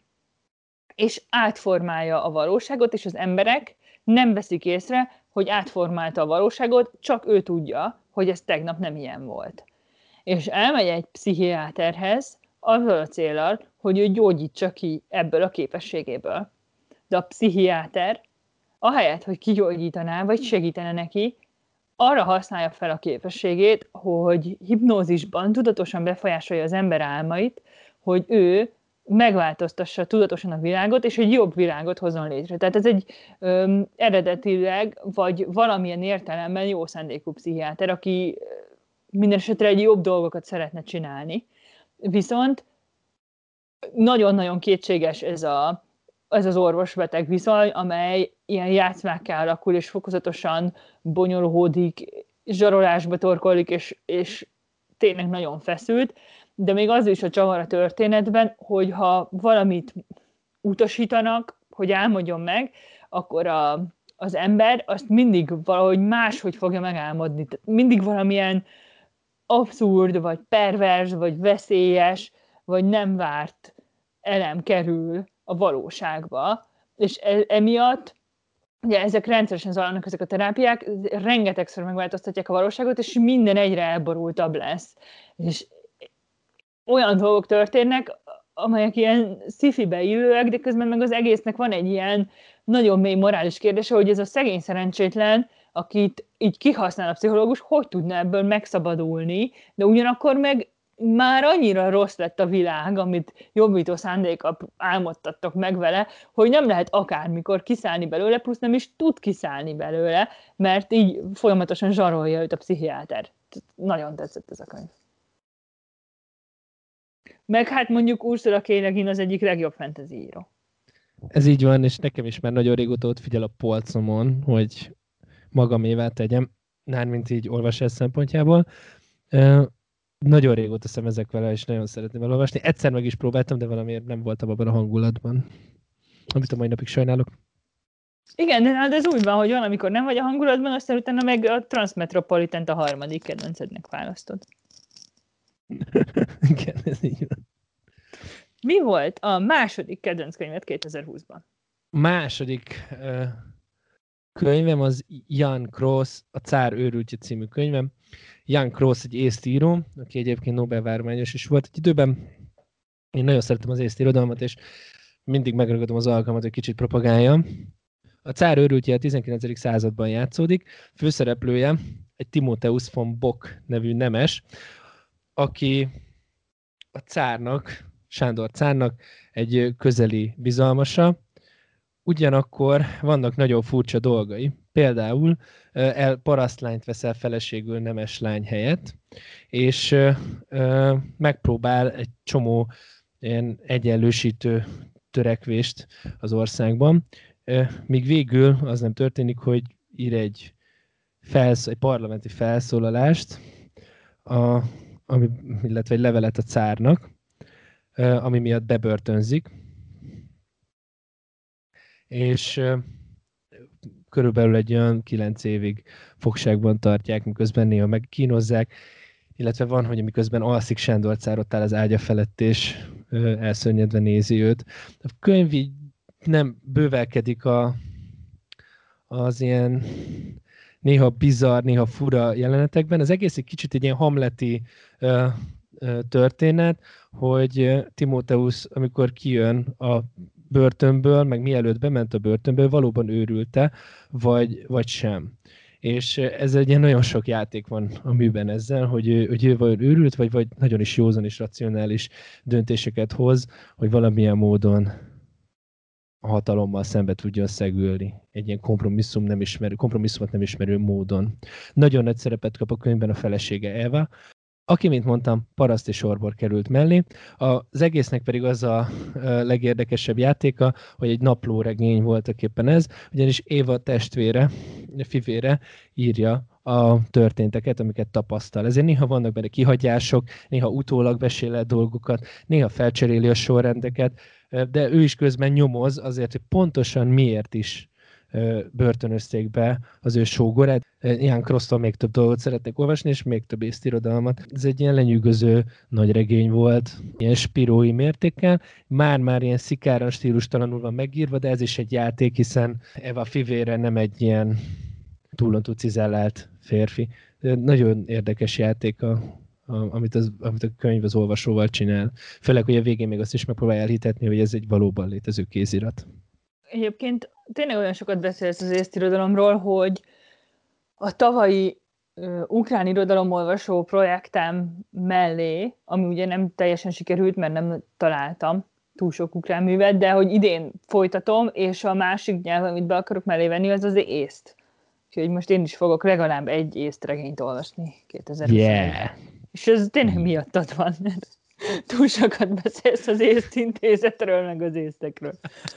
És átformálja a valóságot, és az emberek nem veszik észre, hogy átformálta a valóságot, csak ő tudja, hogy ez tegnap nem ilyen volt. És elmegy egy pszichiáterhez, azzal a céllal, hogy ő gyógyítsa ki ebből a képességéből. De a pszichiáter, ahelyett, hogy kigyógyítaná, vagy segítene neki, arra használja fel a képességét, hogy hipnózisban tudatosan befolyásolja az ember álmait, hogy ő megváltoztassa tudatosan a világot, és egy jobb világot hozzon létre. Tehát ez egy öm, eredetileg, vagy valamilyen értelemben jó szándékú pszichiáter, aki minden esetre egy jobb dolgokat szeretne csinálni. Viszont nagyon-nagyon kétséges ez, a, ez az orvos-beteg viszony, amely ilyen játszmákká alakul, és fokozatosan bonyolódik, zsarolásba torkollik, és, és tényleg nagyon feszült. De még az is a csavar a történetben, hogy ha valamit utasítanak, hogy álmodjon meg, akkor a, az ember azt mindig valahogy máshogy fogja megálmodni. Tehát mindig valamilyen abszurd, vagy pervers, vagy veszélyes, vagy nem várt elem kerül a valóságba. És e, emiatt, ugye ezek rendszeresen zajlanak, ezek a terápiák, rengetegször megváltoztatják a valóságot, és minden egyre elborultabb lesz. És olyan dolgok történnek, amelyek ilyen sci-fibe illőek, de közben meg az egésznek van egy ilyen nagyon mély morális kérdése, hogy ez a szegény szerencsétlen, akit így kihasznál a pszichológus, hogy tudna ebből megszabadulni, de ugyanakkor meg már annyira rossz lett a világ, amit jobbító szándékkal álmodtattok meg vele, hogy nem lehet akármikor kiszállni belőle, plusz nem is tud kiszállni belőle, mert így folyamatosan zsarolja őt a pszichiáter. Nagyon tetszett ez a könyv. Meg hát mondjuk Ursula K. Le Guin az egyik legjobb fantasy író. Ez így van, és nekem is már nagyon régóta ott figyel a polcomon, hogy magamévá tegyem, mármint így olvasás szempontjából. nagyon régóta szemezek vele, és nagyon szeretném elolvasni. Egyszer meg is próbáltam, de valamiért nem voltam abban a hangulatban, amit a mai napig sajnálok. Igen, de ez úgy van, hogy van, amikor nem vagy a hangulatban, aztán utána meg a Transmetropolitant a harmadik kedvencednek választod. Igen, ez így van. Mi volt a második kedvenc könyved kétezer-húszban? A második uh, könyvem az Jan Krosz, a Cár őrültje című könyvem. Jan Krosz egy észt író, aki egyébként Nobel-várományos is volt egy időben. Én nagyon szeretem az észt irodalmat, és mindig megragadom az alkalmat, hogy kicsit propagáljam. A Cár őrültje a tizenkilencedik században játszódik. Főszereplője egy Timotheus von Bock nevű nemes, aki a cárnak, Sándor cárnak egy közeli bizalmasa. Ugyanakkor vannak nagyon furcsa dolgai. Például el parasztlányt veszel feleségül nemes lány helyett, és ö, megpróbál egy csomó ilyen egyenlősítő törekvést az országban, ö, míg végül az nem történik, hogy ír egy, felsz, egy parlamenti felszólalást, a, ami, illetve egy levelet a cárnak, ö, ami miatt bebörtönzik, és ö, körülbelül egy olyan kilenc évig fogságban tartják, miközben néha megkínozzák, illetve van, hogy miközben alszik Sándor cár ott áll az ágya felett, és ö, elszörnyedve nézi őt. A könyv így nem bővelkedik a, az ilyen néha bizarr, néha fura jelenetekben. Az egész egy kicsit egy ilyen hamleti ö, ö, történet, hogy Timotheus, amikor kijön a börtönből, meg mielőtt bement a börtönből, valóban őrült-e, vagy, vagy sem. És ez egy ilyen nagyon sok játék van a műben ezzel, hogy ő, hogy ő vajon őrült, vagy, vagy nagyon is józan és racionális döntéseket hoz, hogy valamilyen módon a hatalommal szembe tudjon szegülni. Egy ilyen kompromisszum nem ismerő, kompromisszumot nem ismerő módon. Nagyon nagy szerepet kap a könyvben a felesége Eva, aki, mint mondtam, paraszt és orbor került mellé. Az egésznek pedig az a legérdekesebb játéka, hogy egy naplóregény voltak éppen ez, ugyanis Éva testvére, fivére írja a történteket, amiket tapasztal. Ezért néha vannak benne kihagyások, néha utólag besél el dolgokat, néha felcseréli a sorrendeket, de ő is közben nyomoz azért, hogy pontosan miért is börtönözték be az ő sógorát. Jan Krosztól még több dolgot szeretnék olvasni, és még több észtirodalmat. Ez egy ilyen lenyűgöző nagy regény volt, ilyen spirói mértékkel. Már-már ilyen szikáran, stílustalanul van megírva, de ez is egy játék, hiszen Eva fivére nem egy ilyen túlontúl cizellált férfi. De nagyon érdekes játék, a, a, amit, az, amit a könyv az olvasóval csinál. Főleg, hogy a végén még azt is megpróbálja elhitetni, hogy ez egy valóban létező kézirat. Egyébként tényleg olyan sokat beszélsz az észtirodalomról, hogy a tavalyi uh, ukrán irodalomolvasó projektem mellé, ami ugye nem teljesen sikerült, mert nem találtam túl sok ukrán művet, de hogy idén folytatom, és a másik nyelv, amit be akarok mellé venni, az az észt. Úgyhogy most én is fogok legalább egy észt regényt olvasni kétezer-huszonegyben. Yeah. És ez tényleg miattad van. Túl sokat beszélsz az észt intézetről, meg az észtekről.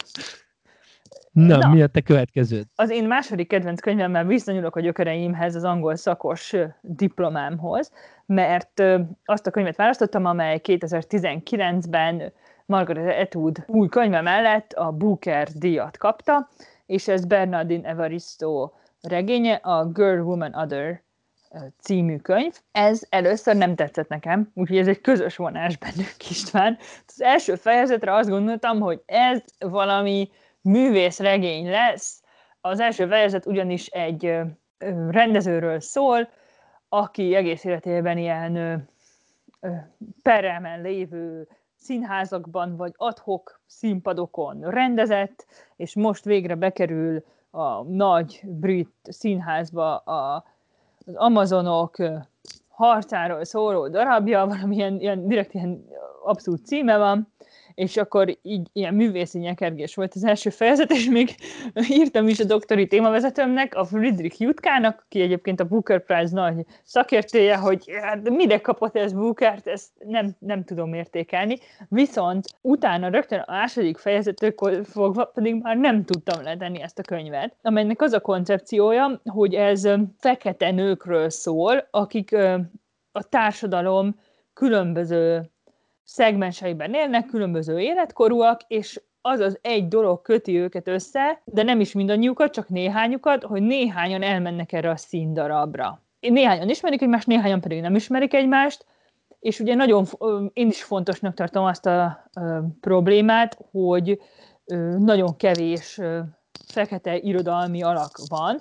Na, Na, mi a te következőd? Az én második kedvenc könyvemmel viszonyulok a gyökereimhez, az angol szakos diplomámhoz, mert azt a könyvet választottam, amely kétezer-tizenkilencben Margaret Atwood új könyve mellett a Booker díjat kapta, és ez Bernardine Evaristo regénye, a Girl, Woman, Other című könyv. Ez először nem tetszett nekem, úgyhogy ez egy közös vonás bennük, István. Az első fejezetre azt gondoltam, hogy ez valami művészregény lesz. Az első fejezet ugyanis egy rendezőről szól, aki egész életében ilyen perelmen lévő színházakban vagy ad-hoc színpadokon rendezett, és most végre bekerül a nagy brit színházba a, az Amazonok harcáról szóló darabja, valamilyen ilyen, direkt ilyen abszolút címe van, és akkor így ilyen művészi nyekergés volt az első fejezet, és még írtam is a doktori témavezetőmnek, a Friedrich Jutkának, aki egyébként a Booker Prize nagy szakértője, hogy hát, mire kapott ez Bookert, ezt nem, nem tudom értékelni. Viszont utána rögtön a második fejezetőkor fogva pedig már nem tudtam letenni ezt a könyvet, amelynek az a koncepciója, hogy ez fekete nőkről szól, akik a társadalom különböző szegmenseiben élnek, különböző életkorúak, és az az egy dolog köti őket össze, de nem is mindannyiukat, csak néhányukat, hogy néhányan elmennek erre a színdarabra. Néhányan ismerik egymást, néhányan pedig nem ismerik egymást, és ugye nagyon, én is fontosnak tartom azt a problémát, hogy nagyon kevés fekete irodalmi alak van,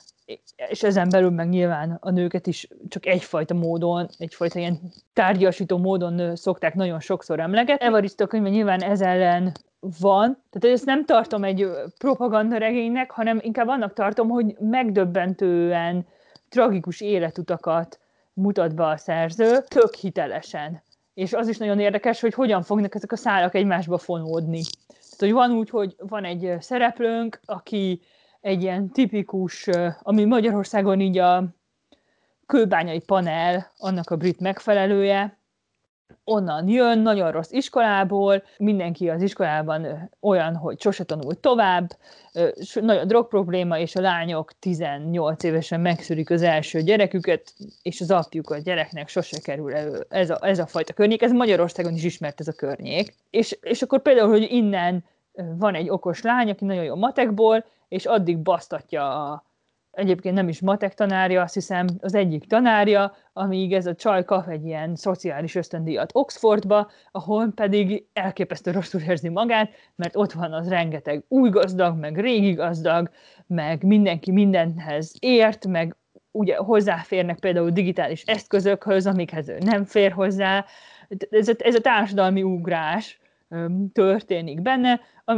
és ezen belül meg nyilván a nőket is csak egyfajta módon, egyfajta ilyen tárgyasító módon szokták nagyon sokszor emlegetni. Evaristo könyve nyilván ez ellen van, tehát ezt nem tartom egy propagandaregénynek, hanem inkább annak tartom, hogy megdöbbentően tragikus életutakat mutat be a szerző, tök hitelesen. És az is nagyon érdekes, hogy hogyan fognak ezek a szálak egymásba fonódni. Tehát, hogy van úgy, hogy van egy szereplőnk, aki egy ilyen tipikus, ami Magyarországon így a kőbányai panel, annak a brit megfelelője, onnan jön, nagyon rossz iskolából, mindenki az iskolában olyan, hogy sose tanul tovább, nagyon drogprobléma, és a lányok tizennyolc évesen megszülik az első gyereküket, és az apjuk a gyereknek sose kerül elő ez a, ez a fajta környék. Ez Magyarországon is ismert ez a környék. És, és akkor például, hogy innen van egy okos lány, aki nagyon jó matekból, és addig basztatja a egyébként nem is matek tanárja, azt hiszem az egyik tanárja, amíg ez a csaj kap egy ilyen szociális ösztöndíjat Oxfordba, ahol pedig elképesztő rosszul érzi magát, mert ott van az rengeteg új gazdag, meg régi gazdag, meg mindenki mindenhez ért, meg ugye hozzáférnek például digitális eszközökhöz, amikhez ő nem fér hozzá. Ez a, ez a társadalmi ugrás történik benne,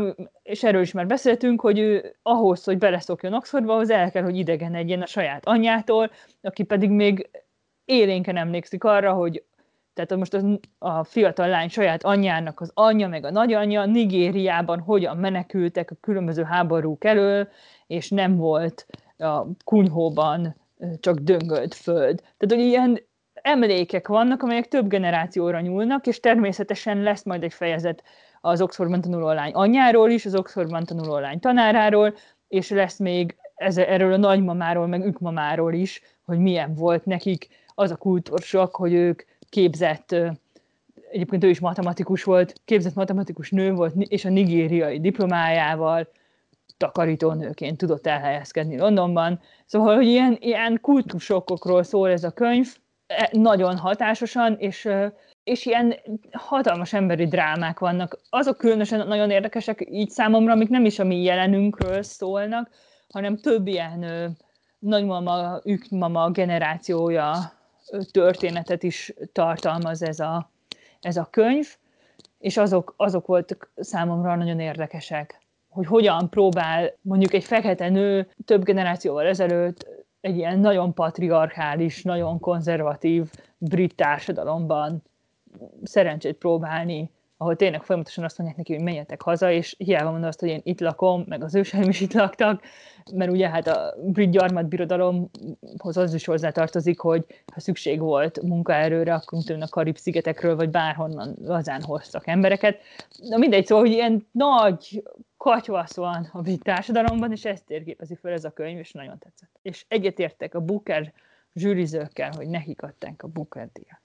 és erről is már beszéltünk, hogy ő ahhoz, hogy beleszokjon Oxfordba, ahhoz el kell, hogy idegenedjen a saját anyjától, aki pedig még élénken emlékszik arra, hogy tehát most az, a fiatal lány saját anyjának az anyja, meg a nagyanyja Nigériában hogyan menekültek a különböző háborúk elől, és nem volt a kunyhóban csak döngölt föld. Tehát, hogy ilyen emlékek vannak, amelyek több generációra nyúlnak, és természetesen lesz majd egy fejezet az Oxfordban tanuló lány anyjáról is, az Oxfordban tanuló lány tanáráról, és lesz még ez, erről a nagymamáról, meg ükmamáról is, hogy milyen volt nekik az a kultúrsok, hogy ők képzett, egyébként ő is matematikus volt, képzett matematikus nő volt, és a nigériai diplomájával takarítónőként tudott elhelyezkedni Londonban. Szóval, hogy ilyen, ilyen kultúrsokokról szól ez a könyv, nagyon hatásosan, és, és ilyen hatalmas emberi drámák vannak. Azok különösen nagyon érdekesek így számomra, amik nem is a mi jelenünkről szólnak, hanem több ilyen nagymama, ükmama generációja történetet is tartalmaz ez a, ez a könyv, és azok, azok voltak számomra nagyon érdekesek, hogy hogyan próbál mondjuk egy fekete nő több generációval ezelőtt egy ilyen nagyon patriarchális, nagyon konzervatív brit társadalomban szerencsét próbálni, ahol tényleg folyamatosan azt mondják neki, hogy menjetek haza, és hiába mondom azt, hogy én itt lakom, meg az őseim is itt laktak, mert ugye hát a brit gyarmatbirodalomhoz az is hozzátartozik, hogy ha szükség volt munkaerőre, akkor a Karib-szigetekről, vagy bárhonnan lazán hoztak embereket. Na mindegy, szóval, hogy ilyen nagy katyvasz van a brit társadalomban, és ezt térképezi fel ez a könyv, és nagyon tetszett. És egyetértek a Booker zsűrizőkkel, hogy nekik adták a Booker díjat.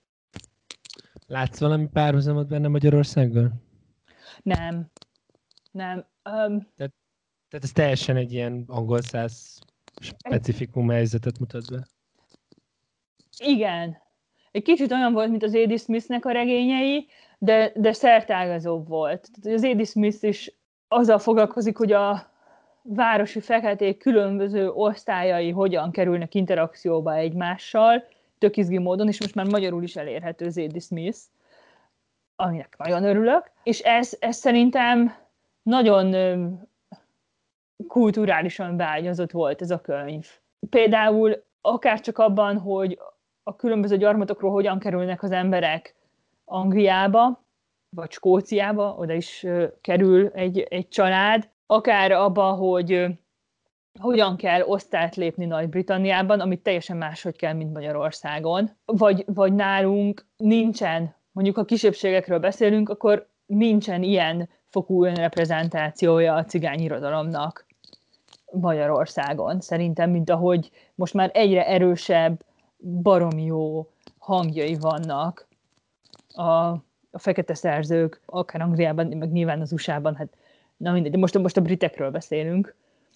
Látsz valami párhuzamot benne Magyarországgal? Nem. Nem. Um, tehát, tehát ez teljesen egy ilyen angol száz specifikum helyzetet mutat be. Igen. Egy kicsit olyan volt, mint az Zadie Smithnek a regényei, de, de szertágazóbb volt. Tehát az Zadie Smith is azzal foglalkozik, hogy a városi feketék különböző osztályai hogyan kerülnek interakcióba egymással, tök izgi módon, és most már magyarul is elérhető Zadie Smith, aminek nagyon örülök. És ez, ez szerintem nagyon kulturálisan beágyazott volt ez a könyv. Például akár csak abban, hogy a különböző gyarmatokról hogyan kerülnek az emberek Angliába, vagy Skóciába, oda is kerül egy, egy család, akár abban, hogy hogyan kell osztályt lépni Nagy-Britanniában, amit teljesen máshogy kell, mint Magyarországon. Vagy, vagy nálunk nincsen, mondjuk ha kisebbségekről beszélünk, akkor nincsen ilyen fokú önreprezentációja a cigányirodalomnak Magyarországon. Szerintem, mint ahogy most már egyre erősebb, baromi jó hangjai vannak a, a fekete szerzők, akár Angliában, meg nyilván az u es á-ban, hát na mindegy, de most, most a britekről beszélünk,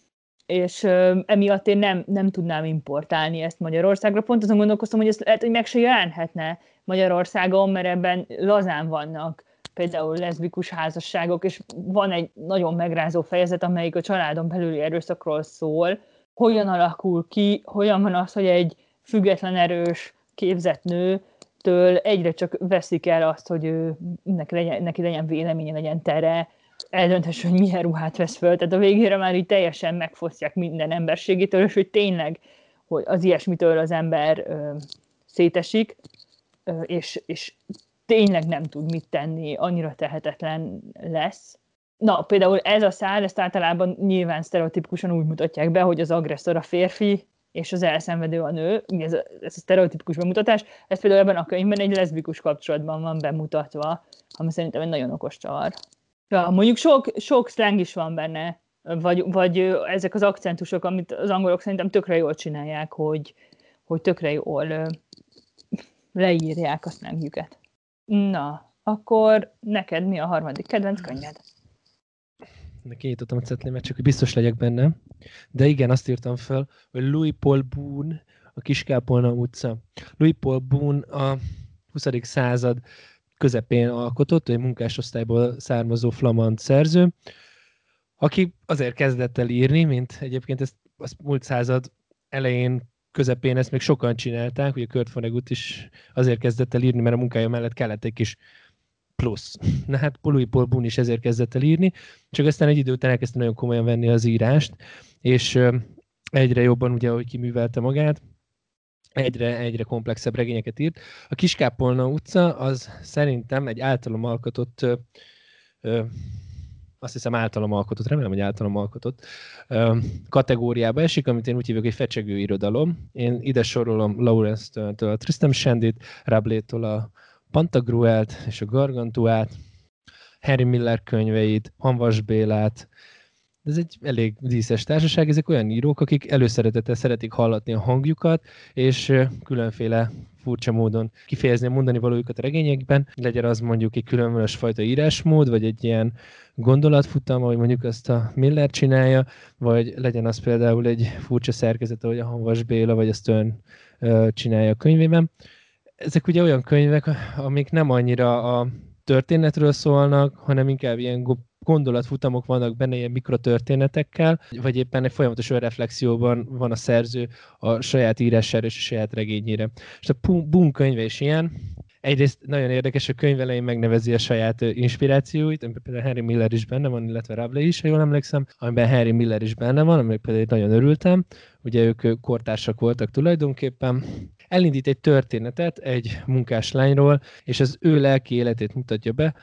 és uh, emiatt én nem, nem tudnám importálni ezt Magyarországra. Pont azon gondolkoztam, hogy ezt lehet, hogy meg se jelenhetne Magyarországon, mert ebben lazán vannak például leszbikus házasságok, és van egy nagyon megrázó fejezet, amelyik a családon belüli erőszakról szól, hogyan alakul ki, hogyan van az, hogy egy független, erős, képzett nőtől egyre csak veszik el azt, hogy ő, neki, legyen, neki legyen véleménye, legyen tere, eldönthesse, hogy milyen ruhát vesz föl. Tehát a végére már így teljesen megfosztják minden emberségétől, és hogy tényleg hogy az ilyesmitől az ember ö, szétesik, ö, és, és tényleg nem tud mit tenni, annyira tehetetlen lesz. Na, például ez a szál, ezt általában nyilván sztereotipikusan úgy mutatják be, hogy az agresszor a férfi, és az elszenvedő a nő. Ez a, ez a sztereotipikus bemutatás. Ez például ebben a könyvben egy leszbikus kapcsolatban van bemutatva, ami szerintem egy nagyon okos csavar. Ja, mondjuk sok, sok slang is van benne, vagy, vagy ezek az akcentusok, amit az angolok szerintem tökre jól csinálják, hogy, hogy tökre jól leírják a slangjüket. Na, akkor neked mi a harmadik kedvenc könyved? Kinyitottam a cetlimet, csak hogy biztos legyek benne. De igen, azt írtam fel, hogy Louis Paul Boone, a Kiskápolna utca. Louis Paul Boone a huszadik század közepén alkotott, egy munkásosztályból származó flamand szerző, aki azért kezdett el írni, mint egyébként ezt a múlt század elején, közepén ezt még sokan csinálták, ugye Kurt Vonnegut is azért kezdett el írni, mert a munkája mellett kellett egy kis plusz. Na hát Louis Paul Boone is ezért kezdett el írni, csak aztán egy idő után elkezdte nagyon komolyan venni az írást, és egyre jobban ugye, ahogy kiművelte magát, egyre, egyre komplexebb regényeket írt. A Kiskápolna utca az szerintem egy általam alkotott, ö, ö, azt hiszem általam alkotott, remélem, hogy általam alkotott ö, kategóriába esik, amit én úgy hívok, egy fecsegő irodalom. Én ide sorolom Lawrence-től a Tristram Shandyt, Rabelais-től a Pantagruelt és a Gargantuát, Henry Miller könyveit, Hanvas Bélát. Ez egy elég díszes társaság, ezek olyan írók, akik előszeretettel szeretik hallatni a hangjukat, és különféle furcsa módon kifejezni a mondani valójukat a regényekben, legyen az mondjuk egy különböző fajta írásmód, vagy egy ilyen gondolatfutam, ahogy mondjuk azt a Miller csinálja, vagy legyen az például egy furcsa szerkezet, ahogy a Hanvas Béla, vagy a Stern csinálja a könyvében. Ezek ugye olyan könyvek, amik nem annyira a történetről szólnak, hanem inkább ilyen gondolatfutamok vannak benne, ilyen mikrotörténetekkel, vagy éppen egy folyamatos reflexióban van a szerző a saját írására és a saját regényére. És a Boone könyve is ilyen. Egyrészt nagyon érdekes, a könyv elején megnevezi a saját inspirációit, amiben például Henry Miller is benne van, illetve Rabelais is, ha jól emlékszem, amiben Henry Miller is benne van, amiben például nagyon örültem. Ugye ők kortársak voltak tulajdonképpen. Elindít egy történetet egy munkáslányról, és az ő lelki életét mutatja be,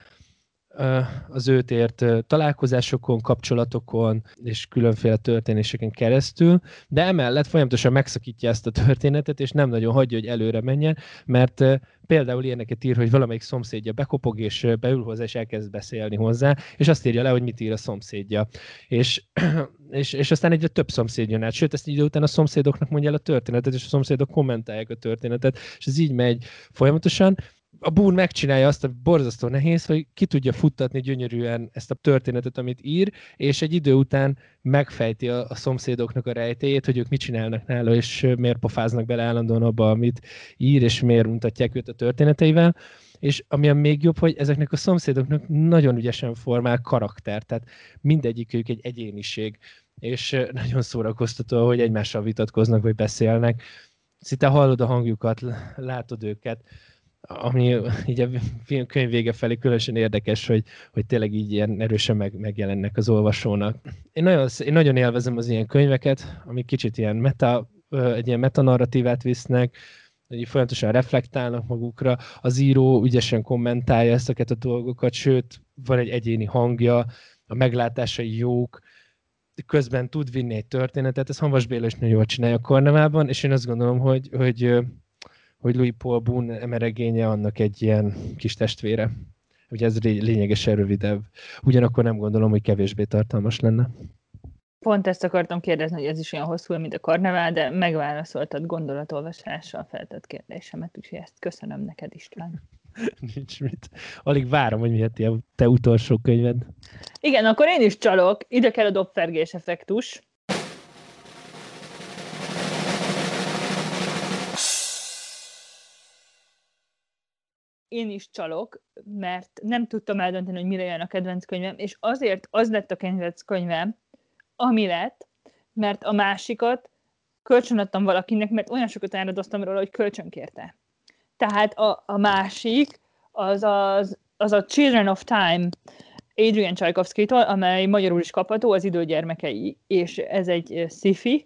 az őt ért találkozásokon, kapcsolatokon és különféle történéseken keresztül, de emellett folyamatosan megszakítja ezt a történetet, és nem nagyon hagyja, hogy előre menjen, mert például ilyeneket ír, hogy valamelyik szomszédja bekopog, és beül hozzá, és elkezd beszélni hozzá, és azt írja le, hogy mit ír a szomszédja. És, és, és aztán egyre több szomszéd jön át, sőt, ezt idő után a szomszédoknak mondja el a történetet, és a szomszédok kommentálják a történetet, és ez így megy folyamatosan. A Boone megcsinálja azt, a borzasztó nehéz, hogy ki tudja futtatni gyönyörűen ezt a történetet, amit ír, és egy idő után megfejti a, a szomszédoknak a rejtélyét, hogy ők mit csinálnak nála, és miért pofáznak bele állandóan abba, amit ír, és miért mutatják őt a történeteivel. És ami a még jobb, hogy ezeknek a szomszédoknak nagyon ügyesen formál karakter, tehát mindegyikük egy egyéniség, és nagyon szórakoztató, hogy egymással vitatkoznak, vagy beszélnek. Szinte hallod a hangjukat, látod őket, ami így a film könyv vége felé különösen érdekes, hogy, hogy tényleg így ilyen erősen meg, megjelennek az olvasónak. Én nagyon, én nagyon élvezem az ilyen könyveket, amik kicsit ilyen meta, egy ilyen metanarratívát visznek, hogy folyamatosan reflektálnak magukra, az író ügyesen kommentálja ezeket a dolgokat, sőt, van egy egyéni hangja, a meglátásai jók, közben tud vinni egy történetet, ez Hanvas Béla is nagyon jól csinálja a Karneválban, és én azt gondolom, hogy, hogy hogy Louis Paul Boone emeregénye annak egy ilyen kis testvére. Ugye ez lényegesen rövidebb. Ugyanakkor nem gondolom, hogy kevésbé tartalmas lenne. Pont ezt akartam kérdezni, hogy ez is olyan hosszú, mint a Karnevál, de megválaszoltad gondolatolvasással feltett kérdésemet, úgyhogy ezt köszönöm neked, István. Nincs mit. Alig várom, hogy miért a te utolsó könyved. Igen, akkor én is csalok. Ide kell a dobfergés effektus. Én is csalok, mert nem tudtam eldönteni, hogy mire jön a kedvenc könyvem, és azért az lett a kedvenc könyvem, ami lett, mert a másikat kölcsönadtam valakinek, mert olyan sokat áradoztam róla, hogy kölcsönkérte. Tehát a, a másik, az, az, az a Children of Time Adrian Tchaikovskytól, amely magyarul is kapható, az Idő gyermekei, és ez egy sci-fi,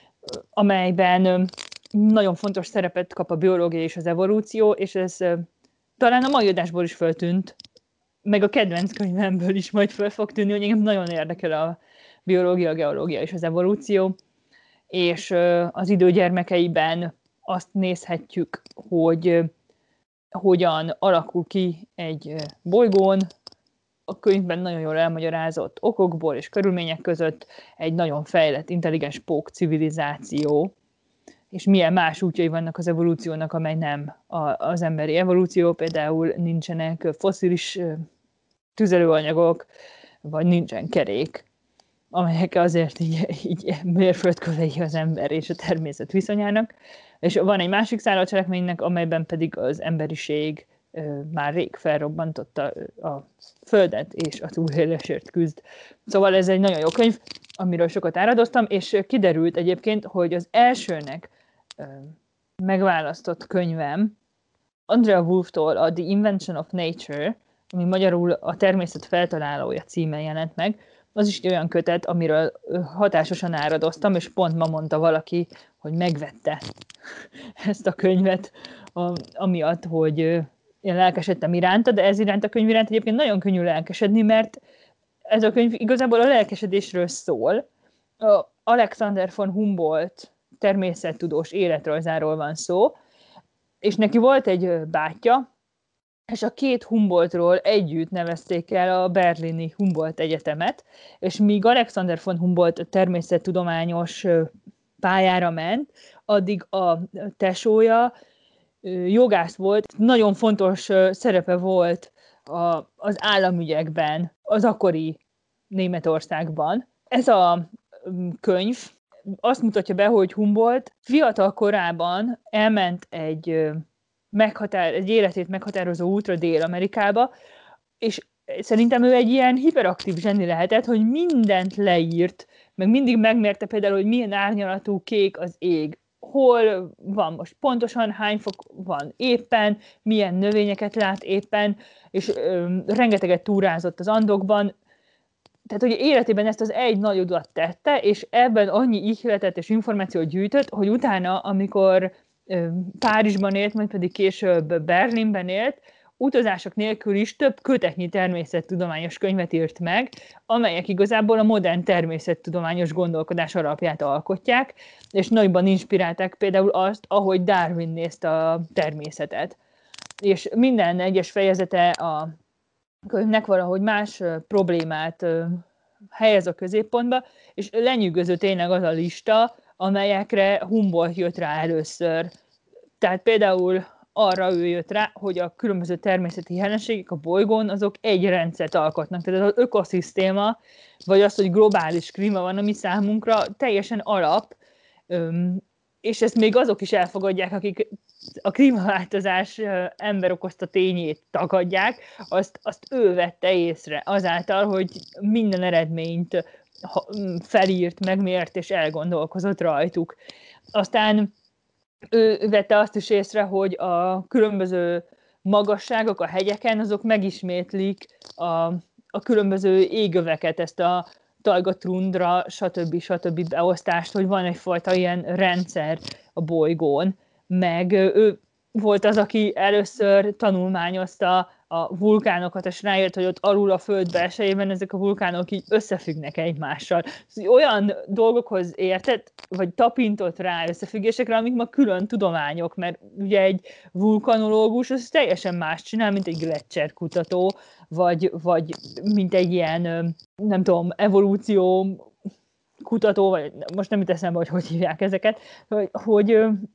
amelyben nagyon fontos szerepet kap a biológia és az evolúció, és ez talán a mai adásból is föltűnt, meg a kedvenc könyvemből is majd föl fog tűnni, hogy engem nagyon érdekel a biológia, a geológia és az evolúció, és az Idő gyermekeiben azt nézhetjük, hogy hogyan alakul ki egy bolygón, a könyvben nagyon jól elmagyarázott okokból és körülmények között egy nagyon fejlett, intelligens pók civilizáció, és milyen más útjai vannak az evolúciónak, amely nem az emberi evolúció, például nincsenek fosszilis tüzelőanyagok, vagy nincsen kerék, amelyek azért így, így mérföldkövei az ember és a természet viszonyának. És van egy másik szála a cselekménynek, amelyben pedig az emberiség már rég felrobbantotta a Földet, és a túlélésért küzd. Szóval ez egy nagyon jó könyv, amiről sokat áradoztam, és kiderült egyébként, hogy az elsőnek megválasztott könyvem Andrea Wolftól a The Invention of Nature, ami magyarul a természet feltalálója címen jelent meg, az is egy olyan kötet, amiről hatásosan áradoztam, és pont ma mondta valaki, hogy megvette ezt a könyvet, amiatt, hogy én lelkesedtem iránta, de ez iránt a könyv iránt egyébként nagyon könnyű lelkesedni, mert ez a könyv igazából a lelkesedésről szól. Alexander von Humboldt természettudós életrajzáról van szó, és neki volt egy bátyja, és a két Humboldtról együtt nevezték el a berlini Humboldt Egyetemet, és míg Alexander von Humboldt természettudományos pályára ment, addig a tesója jogász volt, nagyon fontos szerepe volt az államügyekben, az akkori Németországban. Ez a könyv azt mutatja be, hogy Humboldt fiatal korában elment egy, meghatár, egy életét meghatározó útra Dél-Amerikába, és szerintem ő egy ilyen hiperaktív zseni lehetett, hogy mindent leírt, meg mindig megmérte például, hogy milyen árnyalatú kék az ég, hol van most pontosan, hány fok van éppen, milyen növényeket lát éppen, és ö, rengeteget túrázott az Andokban. Tehát, hogy életében ezt az egy nagy utat tette, és ebben annyi ihletet és információt gyűjtött, hogy utána, amikor ö, Párizsban élt, majd pedig később Berlinben élt, utazások nélkül is több kötetnyi természettudományos könyvet írt meg, amelyek igazából a modern természettudományos gondolkodás alapját alkotják, és nagyban inspirálták például azt, ahogy Darwin nézte a természetet. És minden egyes fejezete a könyvnek valahogy más problémát helyez a középpontba, és lenyűgöző tényleg az a lista, amelyekre Humboldt jött rá először. Tehát például arra ő jött rá, hogy a különböző természeti jelenségek a bolygón, azok egy rendszert alkotnak. Tehát az ökoszisztéma, vagy az, hogy globális klíma van, ami számunkra teljesen alap, és ezt még azok is elfogadják, akik a klímaváltozás ember okozta tényét tagadják, azt, azt ő vette észre azáltal, hogy minden eredményt felírt, megmért és elgondolkozott rajtuk. Aztán ő vette azt is észre, hogy a különböző magasságok a hegyeken, azok megismétlik a, a különböző égöveket, ezt a tajgatrundra, stb. stb. Beosztást, hogy van egyfajta ilyen rendszer a bolygón, meg ő volt az, aki először tanulmányozta a vulkánokat, és rájött, hogy ott alul a föld belsejében ezek a vulkánok így összefüggnek egymással. Olyan dolgokhoz értett, vagy tapintott rá összefüggésekre, amik ma külön tudományok, mert ugye egy vulkanológus az teljesen más csinál, mint egy gletszerkutató, vagy, vagy mint egy ilyen, nem tudom, evolúció kutató, vagy most nem jut eszembe, hogy hogy hívják ezeket, hogy, hogy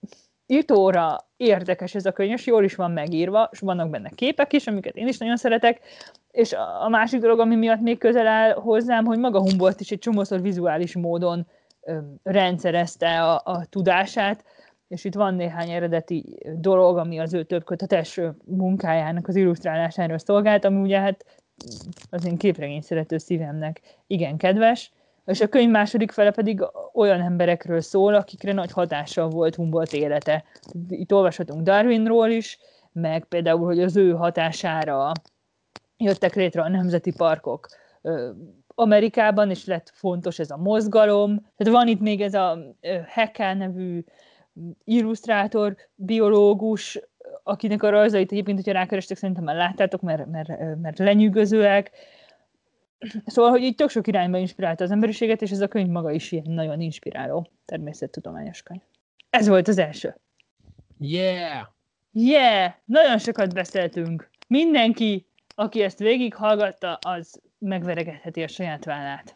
itóra érdekes ez a könyv, és jól is van megírva, és vannak benne képek is, amiket én is nagyon szeretek, és a másik dolog, ami miatt még közel áll hozzám, hogy maga Humboldt is egy csomószor vizuális módon ö, rendszerezte a, a tudását, és itt van néhány eredeti dolog, ami az ő több kötetes munkájának az illusztrálására szolgált, ami ugye hát az én képregény szerető szívemnek igen kedves, és a könyv második fele pedig olyan emberekről szól, akikre nagy hatással volt Humboldt élete. Itt olvashatunk Darwinról is, meg például, hogy az ő hatására jöttek létre a nemzeti parkok Amerikában, és lett fontos ez a mozgalom. Tehát van itt még ez a Haeckel nevű illusztrátor, biológus, akinek a rajzait egyébként, hogyha rákerestek, szerintem már láttátok, mert, mert, mert lenyűgözőek. Szóval, hogy így tök sok irányba inspirálta az emberiséget, és ez a könyv maga is ilyen nagyon inspiráló természettudományos könyv. Ez volt az első. Yeah! Yeah! Nagyon sokat beszéltünk. Mindenki, aki ezt végighallgatta, az megveregetheti a saját vállát.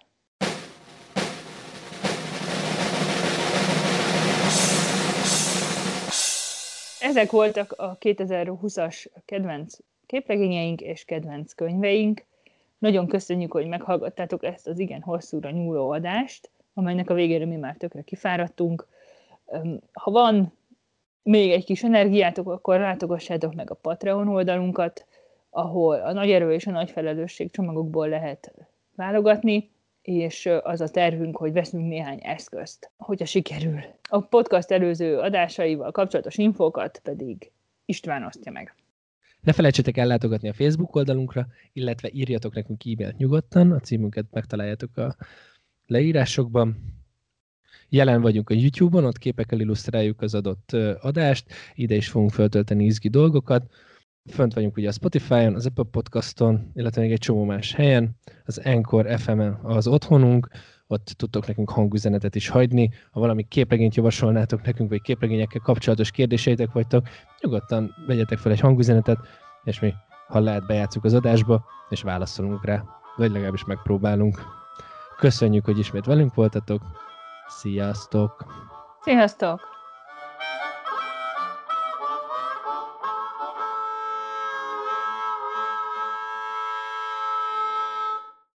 Ezek voltak a kétezer-húszas kedvenc képregényeink és kedvenc könyveink. Nagyon köszönjük, hogy meghallgattátok ezt az igen hosszúra nyúló adást, amelynek a végére mi már tökre kifáradtunk. Ha van még egy kis energiátok, akkor látogassátok meg a Patreon oldalunkat, ahol a nagy erő és a nagy felelősség csomagokból lehet válogatni, és az a tervünk, hogy veszünk néhány eszközt, hogyha sikerül. A podcast előző adásaival kapcsolatos infókat pedig István osztja meg. Ne felejtsétek el látogatni a Facebook oldalunkra, illetve írjatok nekünk e-mailt nyugodtan, a címünket megtaláljátok a leírásokban. Jelen vagyunk a YouTube-on, ott képekkel illusztráljuk az adott adást, ide is fogunk feltölteni izgi dolgokat. Fönt vagyunk ugye a Spotify-on, az Apple Podcaston, illetve még egy csomó más helyen. Az Anchor ef em az otthonunk, ott tudtok nekünk hangüzenetet is hagyni. Ha valami képregényt javasolnátok nekünk, vagy képregényekkel kapcsolatos kérdéseitek vagytok, nyugodtan vegyetek fel egy hangüzenetet, és mi, ha lehet, bejátszuk az adásba, és válaszolunk rá, vagy legalábbis megpróbálunk. Köszönjük, hogy ismét velünk voltatok. Sziasztok! Sziasztok!